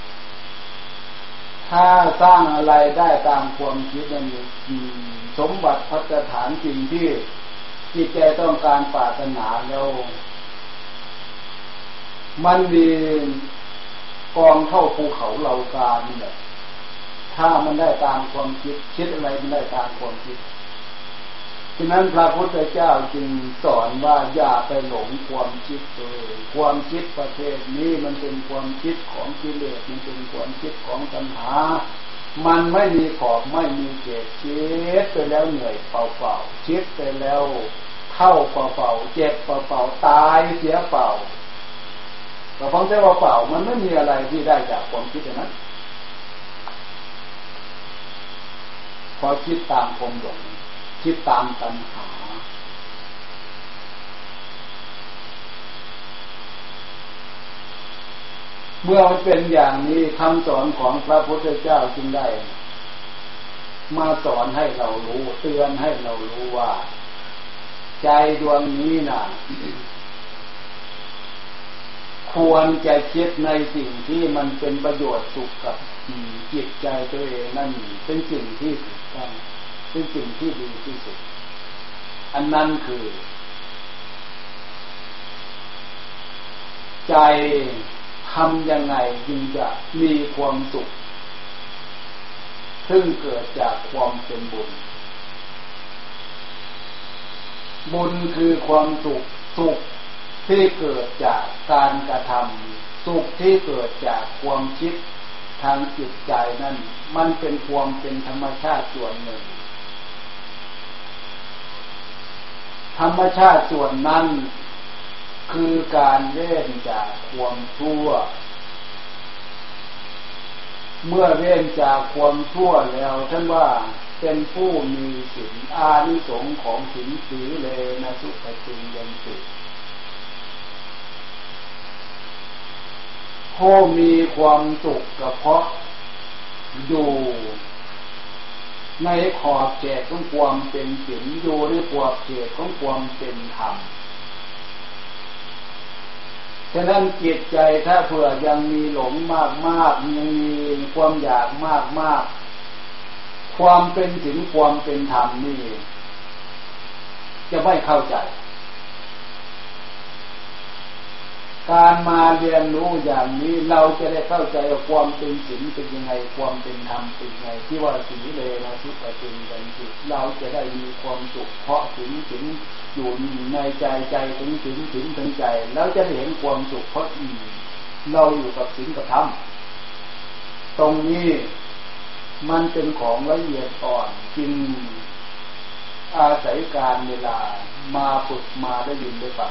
ถ้าสร้างอะไรได้ตามความคิดนั้นสมบัติภัตฐานสิ่งที่จิตใจต้องการปรารถนาแล้วมันมีกองเท่าภูเขาเหล่ากานี่แหละถ้ามันได้ตามความคิดอะไรมันได้ตามความคิดฉะนั้นพระพุทธเจ้าจึงสอนว่าอย่าไปหลงความคิดเลยความคิดประเภทนี้มันเป็นความคิดของกิเลสมันเป็นความคิดของตัณหามันไม่มีขอบไม่มีเขตคิดไปแล้วเหนื่อยเปล่าๆคิดไปแล้วเท่าเปล่าๆเจ็บเปล่าๆตายเสียเปล่าแต่ฟังแต่ว่าเปล่ามันไม่มีอะไรที่ได้จากความคิดอย่างนั้นพอคิดตามความหลงคิดตามตัณหาเมื่อมันเป็นอย่างนี้คำสอนของพระพุทธเจ้าจึงได้มาสอนให้เรารู้เตือนให้เรารู้ว่าใจดวงนี้น่ะควรจะคิดในสิ่งที่มันเป็นประโยชน์สุขกับจิตใจตัวเองนั่นเป็นสิ่งที่ถูกต้องเป็นสิ่งที่ดีที่สุดอันนั้นคือใจทำยังไงจึงจะมีความสุขซึ่งเกิดจากความเป็นบุญบุญคือความสุขที่เกิดจากการกระทำสุขที่เกิดจากความคิดทางจิตใจนั้นมันเป็นความเป็นธรรมชาติส่วนหนึ่งธรรมชาติส่วนนั้นคือการเว้นจากความชั่วเมื่อเว้นจากความชั่วแล้วท่านว่าเป็นผู้มีศีลอานิสงส์ของศีลสีเลนะสุขติยันติผู้มีความสุขก็เพราะอยู่ในขอบเขตของความเป็นศีลอยู่ในขอบเขตของความเป็นธรรมฉะนั้นจิตใจถ้าเผื่อยังมีหลงมากๆยังมีความอยากมากๆความเป็นศีลความเป็นธรรมนี่จะไม่เข้าใจการมาเรียนรู้อย่างนี้เราจะได้เข้าใจว่าความเป็นศีลเป็นยังไงความเป็นธรรมเป็นยังไงที่ว่าศีลเลยนะสุขติยันติเราจะได้มีความสุขเพราะศีลอยู่ในใจถึงศีลถึงใจแล้วจะเห็นความสุขเพราะเราอยู่กับศีลกับธรรมตรงนี้มันเป็นของละเอียดอ่อนจึงอาศัยการเวลามาฝึกมาได้ยินได้ฟัง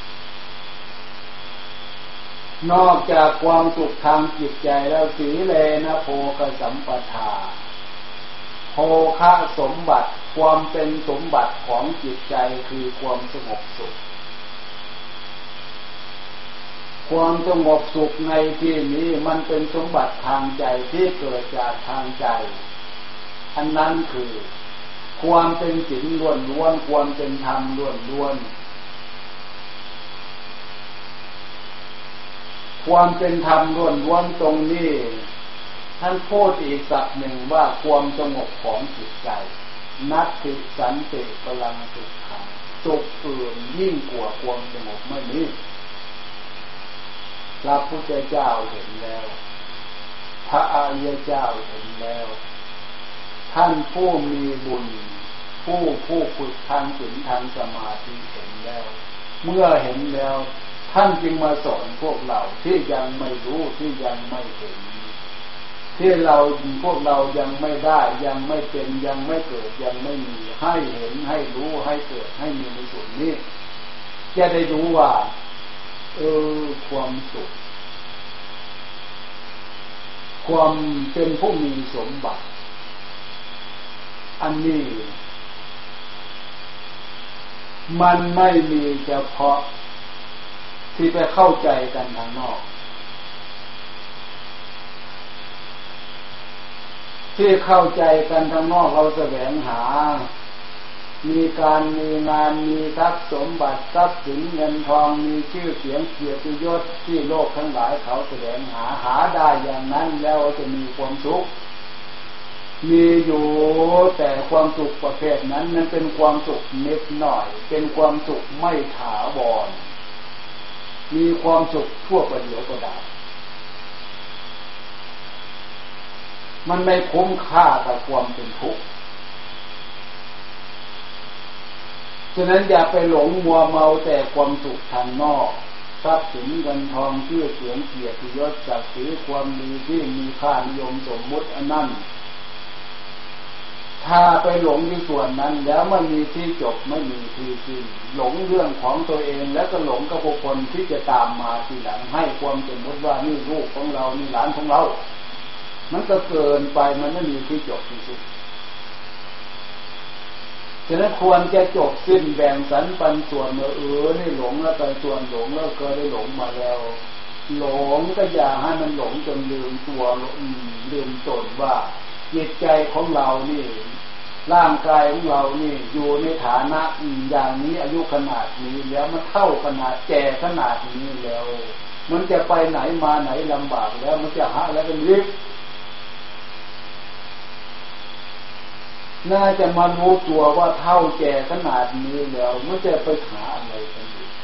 นอกจากความสุขทางจิตใจแล้วสีเลนะโภคสัมปทาโภคะสมบัติความเป็นสมบัติของจิตใจคือความสงบสุขความสงบสุขในที่นี้มันเป็นสมบัติทางใจที่เกิดจากทางใจอันนั้นคือความเป็นศีลล้วนๆความเป็นธรรมล้วนๆความเป็นธรรมล้วนๆตรงนี้ท่านพูดอีกศัพท์หนึ่งว่าความสงบของจิตใจนัตติสันติพลังสุขขังสุขอื่นยิ่งกว่าความสงบไม่มีพระพุทธเจ้าเห็นแล้วพระอริยเจ้าเห็นแล้วท่านผู้มีบุญผู้ฝึกทางศีลทางสมาธิเห็นแล้วเมื่อเห็นแล้วท่านจึงมาสอนพวกเราที่ยังไม่รู้ที่ยังไม่เห็นที่พวกเรายังไม่ได้ยังไม่เป็นยังไม่เกิดยังไม่มีให้เห็นให้รู้ให้เกิดให้มีในส่วนนี้จะได้รู้ว่าความสุขความเป็นผู้มีสมบัติอันนี้มันไม่มีเฉพาะที่ไปเข้าใจกันทางนอกที่เข้าใจกันทางนอกเราแสวงหามีการมีงานมีทรัพย์สมบัติทรัพย์สินเงินทองมีชื่อเสียงเกียรติยศที่โลกทั้งหลายเขาแสวงหาได้อย่างนั้นแล้วจะมีความสุขมีอยู่แต่ความสุขประเภทนั้นมันเป็นความสุขนิดหน่อยเป็นความสุขไม่ถาวรมีความสุขชั่วประเดี๋ยวก็ได้มันไม่คุ้มค่ากับความเป็นทุกข์ฉะนั้นอย่าไปหลงมัวเมาแต่ความสุขทางนอกทรัพย์สินเงินทองชื่อเสียงเกียรติยศศักดิ์ศรีความดีที่มีค่านิยมสมมุติอันนั้นถ้าไปหลงในส่วนนั้นแล้วมันมีที่จบไม่มีที่สิ้นหลงเรื่องของตัวเองแล้วก็หลงกับบุคคลที่จะตามมาทีหลังให้ความสมมติว่านี่ลูกของเรานี่หลานของเรามันก็เกินไปมันไม่มีที่จบที่สิ้นฉะนั้นควรจะจบสิ้นแบ่งสรรปันส่วนนี่หลงแล้วไปส่วนหลงแล้วเคยได้หลงมาแล้วหลงก็อย่าให้มันหลงจนลืมตัวลืมตนว่าจิตใจของเรานี่ร่างกายของเรานี่อยู่ในฐานะอย่างนี้อายุขนาดนี้แล้วมันเท่าขนาดแก่ขนาดนี้แล้วมันจะไปไหนมาไหนลำบากแล้วมันจะหาอะไรเป็นริบน่าจะมารู้ตัวว่าเท่าแก่ขนาดนี้แล้วมันจะไปหาอะไรกันอีก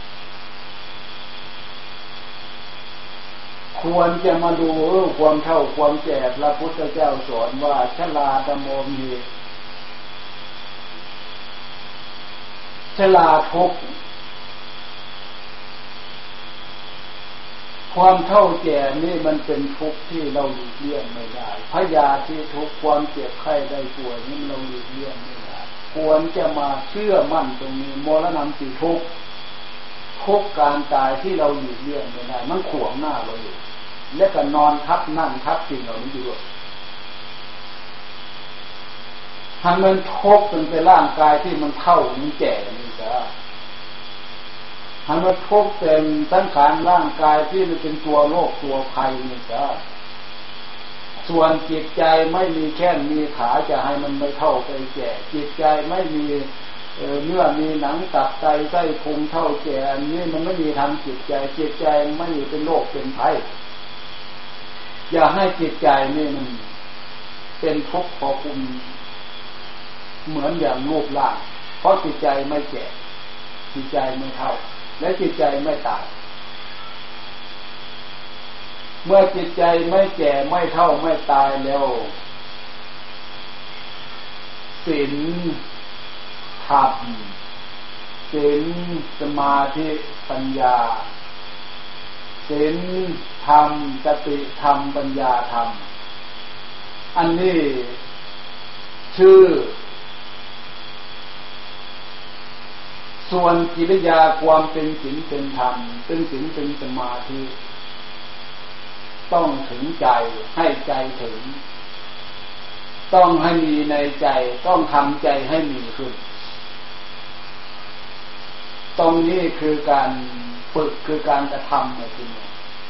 ควรจะมาดูความเท่าความแก่พระพุทธเจ้าสอนว่าชราตโมหิชราทุกข์ความเท่าแก่นี่มันเป็นทุกข์ที่เราหลีกเลี่ยงไม่ได้พยาธิทุกข์ความเจ็บไข้ได้ป่วยนี่เราหลีกเลี่ยงไม่ได้ควรจะมาเชื่อมั่นตรงนี้มรณะสิทุกข์ทุกข์การตายที่เราหลีกเลี่ยงไม่ได้มันขวางหน้าเราอยู่และก็นอนทับนั่งทับสิ่งเหล่านี้อยู่ให้มันทุกข์เป็นร่างกายที่มันเท่ามันแก่นี่จ้ะให้มันทุกข์เป็นสังขารร่างกายที่มันเป็นตัวโรคตัวภัยนี่จ้ะส่วนจิตใจไม่มีแข้งมีขาจะให้มันไม่เท่าไปแก่จิตใจไม่มีเนื้อมีหนังตับไตไส้พุงเท่าแก่อันนี้มันไม่มีทางจิตใจไม่มีเป็นโรคเป็นภัยอย่าให้จิตใจนี่มันเป็นทุกข์พอคุมเหมือนอย่างรูปร่างเพราะจิตใจไม่แก่จิตใจไม่เท่าและจิตใจไม่ตายเมื่อจิตใจไม่แก่ไม่เท่าไม่ตายแล้วศีลธรรมศีลสมาธิปัญญาศีลธรรมสติธรรมปัญญาธรรมอันนี้ชื่อส่วนกิริยาความเป็นศีลเป็นธรรมเป็นศีลเป็นสมาธิต้องถึงใจให้ใจถึงต้องให้มีในใจต้องทำใจให้มีขึ้นตรงนี้คือการฝึกคือการกระทำในที่นี้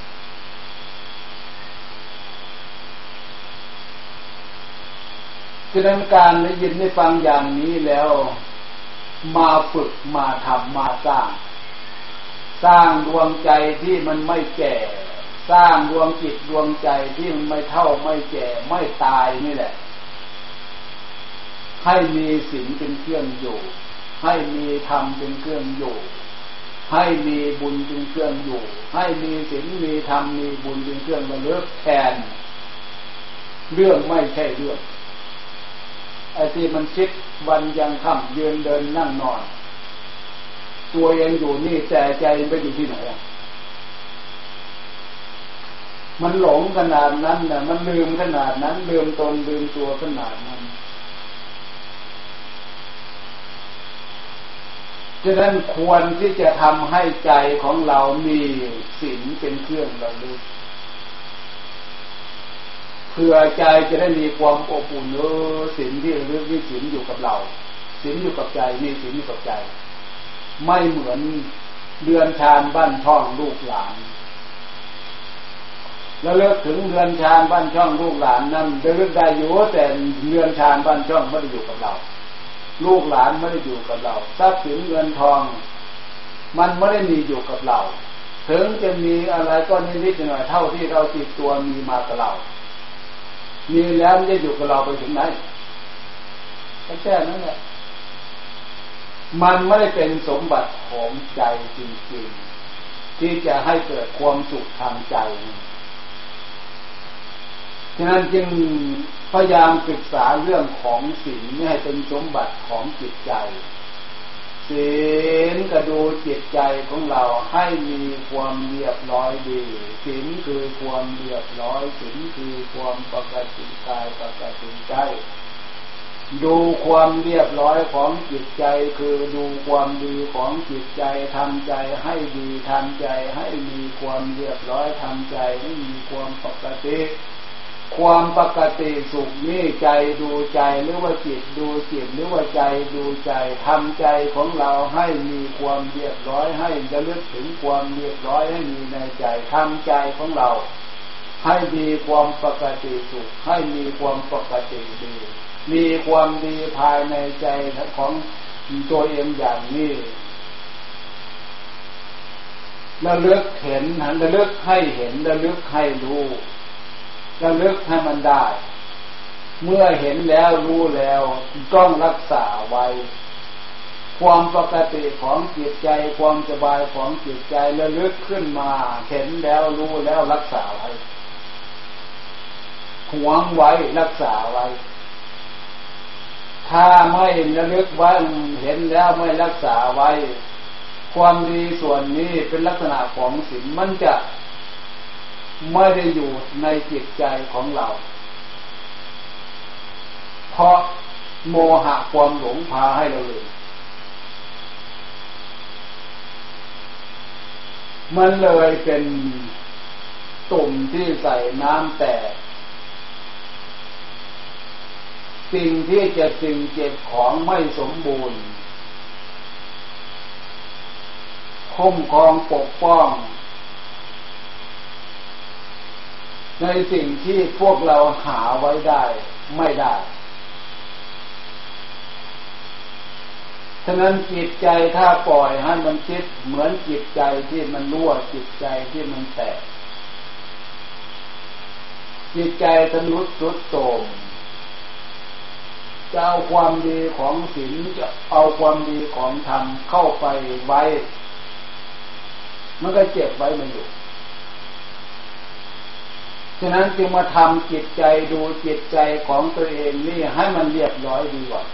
ฉะนั้นการได้ยินได้ฟังอย่างนี้แล้วมาฝึกมาทำมาสร้างดวงใจที่มันไม่แก่สร้างดวงจิตดวงใจที่มันไม่เท่าไม่แก่ไม่ตายนี่แหละให้มีศีลเป็นเครื่องอยู่ให้มีธรรมเป็นเครื่องอยู่ให้มีบุญเป็นเครื่องอยู่ให้มีศีลมีธรรมมีบุญเป็นเครื่องระลึกแทนเรื่องไม่ใช่เรื่องไอ้ที่มันคิดวันยังค่ำยืนเดินนั่งนอนตัวเองอยู่นี่แต่ใจไปอยู่ที่ไหนอ่ะมันหลงขนาดนั้นน่ะมันลืมขนาดนั้นลืมตนลืมตัวขนาดนั้นฉะนั้นควรที่จะทำให้ใจของเรามีศีลเป็นเครื่องระลึกเพื่อใจจะได้มีความอบอุ่นศีลที่ระลึกนี่ศีลอยู่กับเราศีลอยู่กับใจมีศีลอยู่กับใจไม่เหมือนเรือนชานบ้านช่องลูกหลานแล้วเลิกถึงเรือนชานบ้านช่องลูกหลานนั้นระลึกได้อยู่แต่เรือนชานบ้านช่องไม่ได้อยู่กับเราลูกหลานไม่ได้อยู่กับเราทรัพย์สินเงินทองมันไม่ได้มีอยู่กับเราถึงจะมีอะไรก็นิดๆหน่อยเท่าที่เราติดตัวมีมากับเรามีแล้วมันจะอยู่กับเราไปถึงไหนแค่นั้นแหละมันไม่ได้เป็นสมบัติของใจจริงๆที่จะให้เกิดความสุขทางใจฉะนั้นจึงพยายามศึกษาเรื่องของศีลให้เป็นสมบัติของจิตใจศีลก็ดูจิตใจของเราให้มีความเรียบร้อยดีศีลคือความเรียบร้อยศีลคือความปกติกายปกติใจดูความเรียบร้อยของจิตใจคือดูความดีของจิตใจทำใจให้ดีทำใจให้มีความเรียบร้อยทำใจให้มีความปกติความปกติสุขนี่ใจดูใจหรือว่าจิตดูจิตหรือว่าใจดูใจทำใจของเราให้มีความเรียบร้อยให้ระลึกถึงความเรียบร้อยให้มีในใจทำใจของเราให้มีความปกติสุขให้มีความปกติดีมีความดีภายในใจของตัวเองอย่างนี้ระลึกเห็นระลึกให้เห็นระลึกให้รู้ระลึกให้มันได้เมื่อเห็นแล้วรู้แล้วต้องรักษาไว้ความปกติของจิตใจความสบายของจิตใจระลึกขึ้นมาเห็นแล้วรู้แล้วรักษาไว้หวงไว้รักษาไว้ถ้าไม่ระลึกไว้เห็นแล้วไม่รักษาไว้ความดีส่วนนี้เป็นลักษณะของศีลมันจะไม่ได้อยู่ในจิตใจของเราเพราะโมหะความหลงพาให้เราลืมมันเลยเป็นตุ่มที่ใส่น้ำแตกสิ่งที่จะจึงเก็บของไม่สมบูรณ์คุ้มครองปกป้องในสิ่งที่พวกเราหาไว้ได้ไม่ได้ฉะนั้นจิตใจถ้าปล่อยให้มันคิดเหมือนจิตใจที่มันรั่วจิตใจที่มันแตกจิตใจทะลุสุดโทรมจะเอาความดีของศีลจะเอาความดีของธรรมเข้าไปไว้มันก็เจ็บไว้มันอยู่ฉะนั้นจึงมาทำจิตใจดูจิตใจของตัวเองนี่ให้มันเรียบร้อยดีกว่า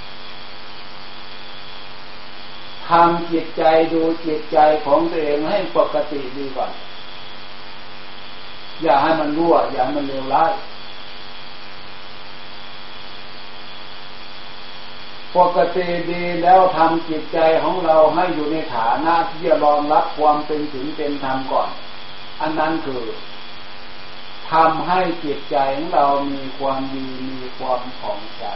ทำจิตใจดูจิตใจของตัวเองให้ปกติดีกว่าอย่าให้มันรั่วอย่าให้มันเลวร้ายปกติดีแล้วทำจิตใจของเราให้อยู่ในฐานะที่จะรองรับความเป็นศีลเป็นธรรมก่อนอันนั้นคือทำให้จิตใจของเรามีความดีมีความผ่องใส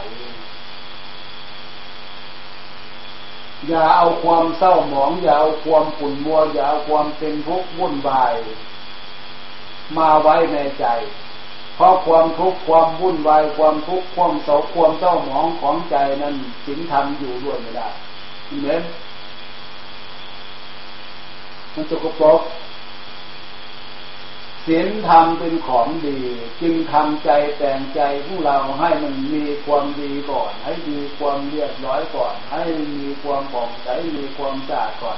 อย่าเอาความเศร้าหมองอย่าเอาความขุ่นมัวอย่าเอาความเป็นทุกข์วุ่นวายมาไว้ในใจเพราะความทุกข์ความวุ่นวายความทุกข์ความเศร้าหมองของใจนั้นศีลธรรมอยู่ด้วยไม่ได้เหมือนมันสกปรกศีลธรรมเป็นของดีจึงทำใจแต่งใจของเราให้มันมีความดีก่อนให้มีความเรียบร้อยก่อนให้มีความผ่องใสมีความสะอาดก่อน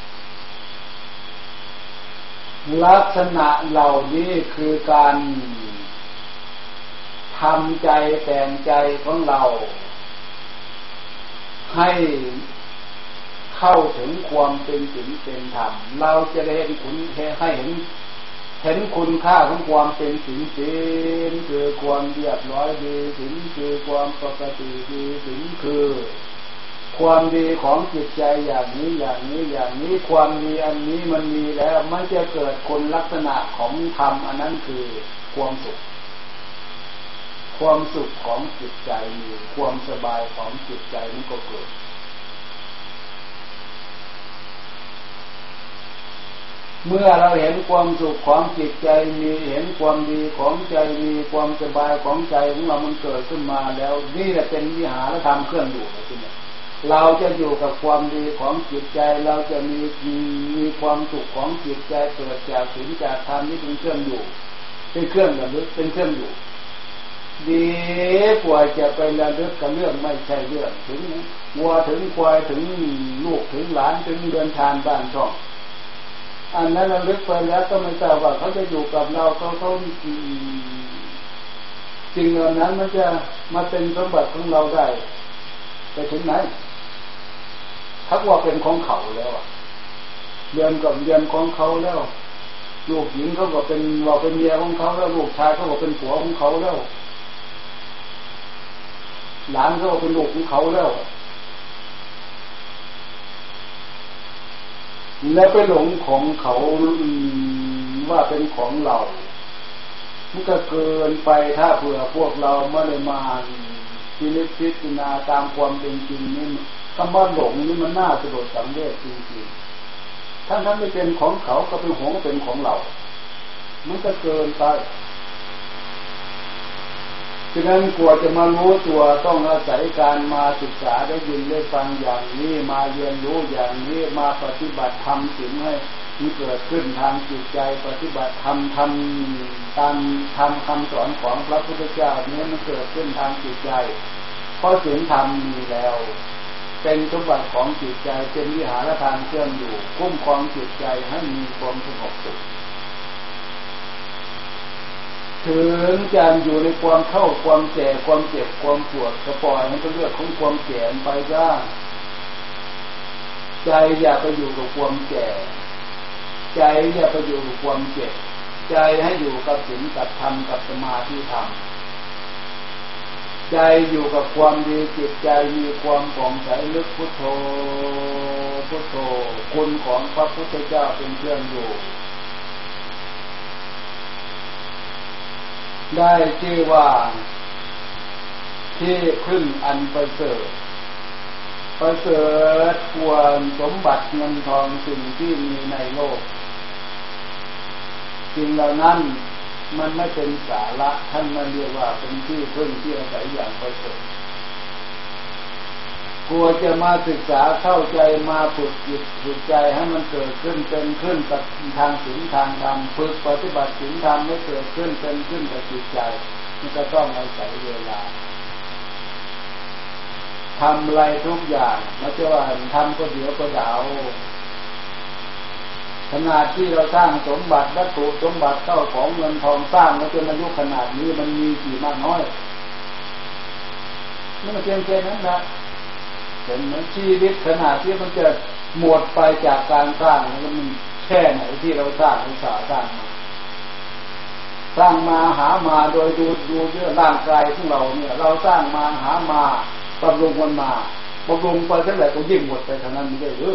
ลักษณะเหล่านี้คือการทำใจแต่งใจของเราให้เข้าถึงความเป็นศีลเป็นธรรมเราจะได้เห็นคุณให้เห็นคุณค่าของความเป็นศีลคือความเรียบร้อยดีศีลคือความปกติดีศีลคือความดีของจิตใจอย่างนี้อย่างนี้อย่างนี้ความดีอันนี้มันมีแล้วมันจะเกิดคุณลักษณะของธรรมอันนั้นคือความสุขความสุขของจิตใจมีความสบายของจิตใจมันก็เกิดเมื่อเราเห็นความสุขของจิตใจมีเห็นความดีของใจมีความสบายของใจของเรามันเกิดขึ้นมาแล้วนี่แหละเป็นวิหารธรรมเครื่องอยู่ที่นี่เราจะอยู่กับความดีของจิตใจเราจะมีความสุขของจิตใจเกิดจากศีลจากธรรมนี่เป็นเครื่องอยู่เป็นเครื่องระลึกเป็นเครื่องอยู่ดีกว่าจะไประลึกกับเรื่องไม่ใช่เรื่องถึงวัวถึงควายถึงลูกถึงหลานถึงเรือนชานบ้านช่องอันนั้นเราลึกไปแล้วก็ไม่ทราบว่าเขาจะอยู่กับเราเขาสิ่งเหล่านั้นมันจะมาเป็นสมบัติของเราได้ไปถึงไหนถ้าว่าเป็นของเขาแล้วเรียนกับเรียนของเขาแล้วลูกหญิงเขาก็เป็นเราเป็นเมียของเขาแล้วลูกชายเขาก็เป็นผัวของเขาแล้วหลานเขาก็เป็นลูกของเขาแล้วแล้วไปหลงของเขาว่าเป็นของเรามันก็เกินไปถ้าเผื่อพวกเราไม่ได้มาพิจารณาตามความเป็นจริงนี่คำว่าหลงนี่มันน่าสลดสังเวชจริงๆท่านไม่เป็นของเขาก็เป็นของเป็นของเรามันก็เกินไปฉะนั้นกว่าจะมารู้ตัวต้องอาศัยการมาศึกษาได้ยินได้ฟังอย่างนี้มาเรียนรู้อย่างนี้มาปฏิบัติธรรมสิ่งให้มีเกิดขึ้นทางจิตใจปฏิบัติธรรมทำตามทำคำสอนของพระพุทธเจ้านี้มันเกิดขึ้นทางจิตใจเพราะศีลธรรมมีแล้วเป็นสมบัติของจิตใจเป็นวิหารธรรมเครื่องอยู่คุ้มครองจิตใจให้มีความสงบสุขถึงจะอยู่ในความเข้าความแก่ความเจ็บความปวดก็ปล่อยมันก็เรื่องของความแก่ไปบ้างใจอย่าไปอยู่กับความแก่ใจอย่าไปอยู่กับความเจ็บใจให้อยู่กับศีลกับธรรมกับสมาธิธรรมใจอยู่กับความดีจิตใจมีความผ่องใสลึกพุทโธพุทโธคุณของพระพุทธเจ้าเป็นเครื่องอยู่ได้ชื่อว่าที่พึ่งอันประเสริฐควรสมบัติเงินทองสิ่งที่มีในโลกสิ่งเหล่านั้นมันไม่เป็นสาระท่านมาเรียกว่าเป็นที่พึ่งที่อาศัยอย่างประเสริฐกลัวจะมาศึกษาเข้าใจมาฝึกจิตฝึกใจให้มันเกิดขึ้นเป็นขึ้นกับทางศีลทางธรรมฝึกปฏิบัติศีลธรรมให้เกิดขึ้นเป็นขึ้นกับจิตใจมันก็ต้องอาศัยเวลาทำอะไรทุกอย่างไม่ใช่ว่าทำก็เดี๋ยวก็ดาวขนาดที่เราสร้างสมบัติวัตถุสมบัติเข้าของเงินทองสร้างมาจนอายุขนาดนี้มันมีกี่มากน้อยนี่มันเพียงแค่นั้นนะเป็นเหมือนชีวิตขนาดที่มันจะหมดไปจากการสร้างแล้วมันแค่ไหนที่เราสร้างอุตสาห์สร้างมาหามาโดยดูเรื่องร่างกายของเราเนี่ยเราสร้างมาหามาบำรุงมันมาบำรุงไปเท่าไหร่ก็ยิ่งหมดไปเท่านั้นไม่ได้หรือ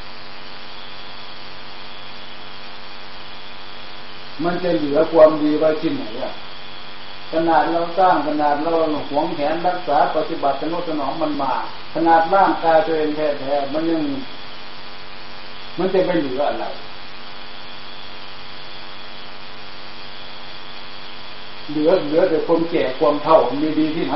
มันจะเหลือความดีไว้ที่ไหนอ่ะขนาดเราสร้างขนาดเราหวงแหนรักษาปฏิบัติสนุสนองมันมาขนาดร่างกายตัวเองแท้ๆมันยังมันจะไม่เหลืออะไรเหลือแต่ความแก่ความเฒ่ามีดีที่ไหน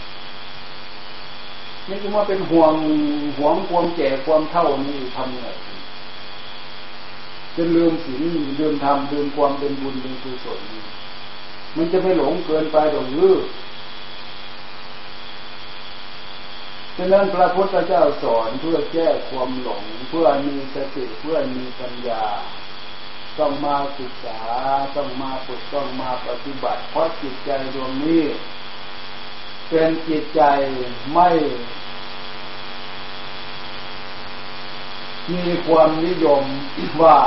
นี่คือว่าเป็นห่วงความแก่ความเฒ่านี่ทำไงจจะลืมศีลลืมธรรมลืมความเป็นบุญเป็นกุศลมันจะไม่หลงเกินไปหรือฉะนั้นพระพุทธเจ้าสอนเพื่อแก้ความหลงเพื่อมีสติเพื่อมีปัญญาต้องมาศึกษาต้องมาฝึกต้องมาปฏิบัติเพราะจิตใจดวงนี้เป็นจิตใจไม่มีความนิยมว่า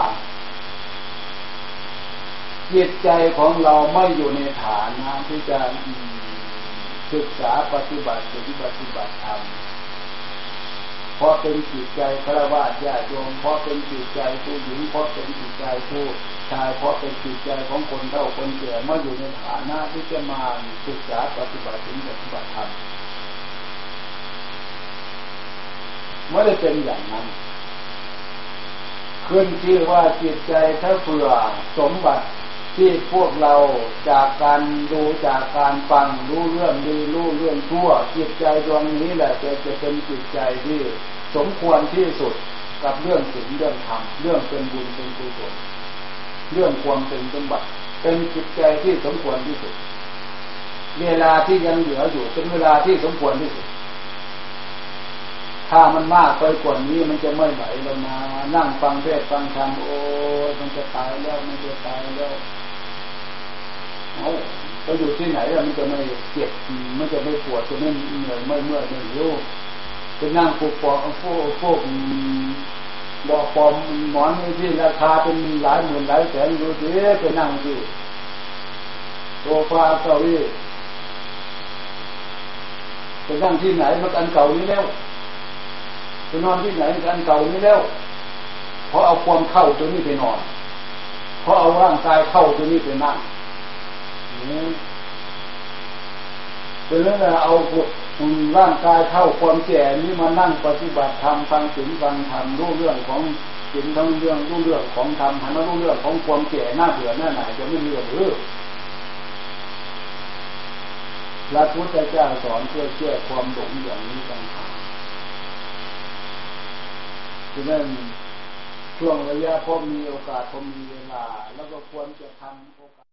จิตใจของเราไม่อยู่ในฐานะที่จะศึกษาปฏิบัติธรรมเพราะเป็นจิตใจฆราวาสญาติโยมเพราะเป็นจิตใจผู้หญิงเพราะเป็นจิตใจผู้ชายเพราะเป็นจิตใจของคนเฒ่าคนแก่ไม่อยู่ในฐานะที่จะมาศึกษาปฏิบัติธรรมไม่ได้เป็นอย่างนั้นขึ้นชื่อว่าจิตใจถ้าเผื่อสมบัติที่พวกเราจากการดูจากการฟังรู้เรื่องดีรู้เรื่องชั่วจิตใจดวงนี้แหละจะเป็นจิตใจที่สมควรที่สุดกับเรื่องศีลเรื่องธรรมเรื่องเป็นบุญเป็นกุศลเรื่องความเป็นสมบัติเป็นจิตใจที่สมควรที่สุดเวลาที่ยังเหลืออยู่เป็นเวลาที่สมควรที่สุดถ้ามันมากไปกว่านี้มันจะไม่ไหวแล้วนะนั่งฟังเทศน์ฟังธรรมโอ้มันจะตายแล้วมันจะตายแล้วเอาไปอยู่ที่ไหนแล้วมันจะไม่เจ็บมันจะไม่ปวดจะไม่เหนื่อยไม่เมื่อยไม่หิวไปนั่งปลูกปอกพวกบอกปอมหมอนที่ราคาเป็นหลายหมื่นหลายแสนดูสิไปนั่งสิโซฟาเก้าอี้ไปนั่งที่ไหนมันอันเก่านี้แล้วไปนอนที่ไหนอันเก่านี้แล้วเพราะเอาความเข้าตัวนี้ไปนอนเพราะเอาร่างกายเข้าตัวนี้ไปนั่งเป็นเรื่องเอาร่างกายเข้าความแก่นี้มานั่งปฏิบัติธรรมฟังศีลฟังธรรมรู้เรื่องของศีลทั้งเรื่องรู้เรื่องของธรรมหันมารู้เรื่องของความแก่หน้าเบื่อหน้าหน่ายจะไม่มีหรือพระพุทธเจ้าสอนเพื่อแก้ความหลงอย่างนี้ต่างหากฉะนั้นช่วงระยะพอมีโอกาสพอมีเวลาแล้วก็ควรจะทำโอกาส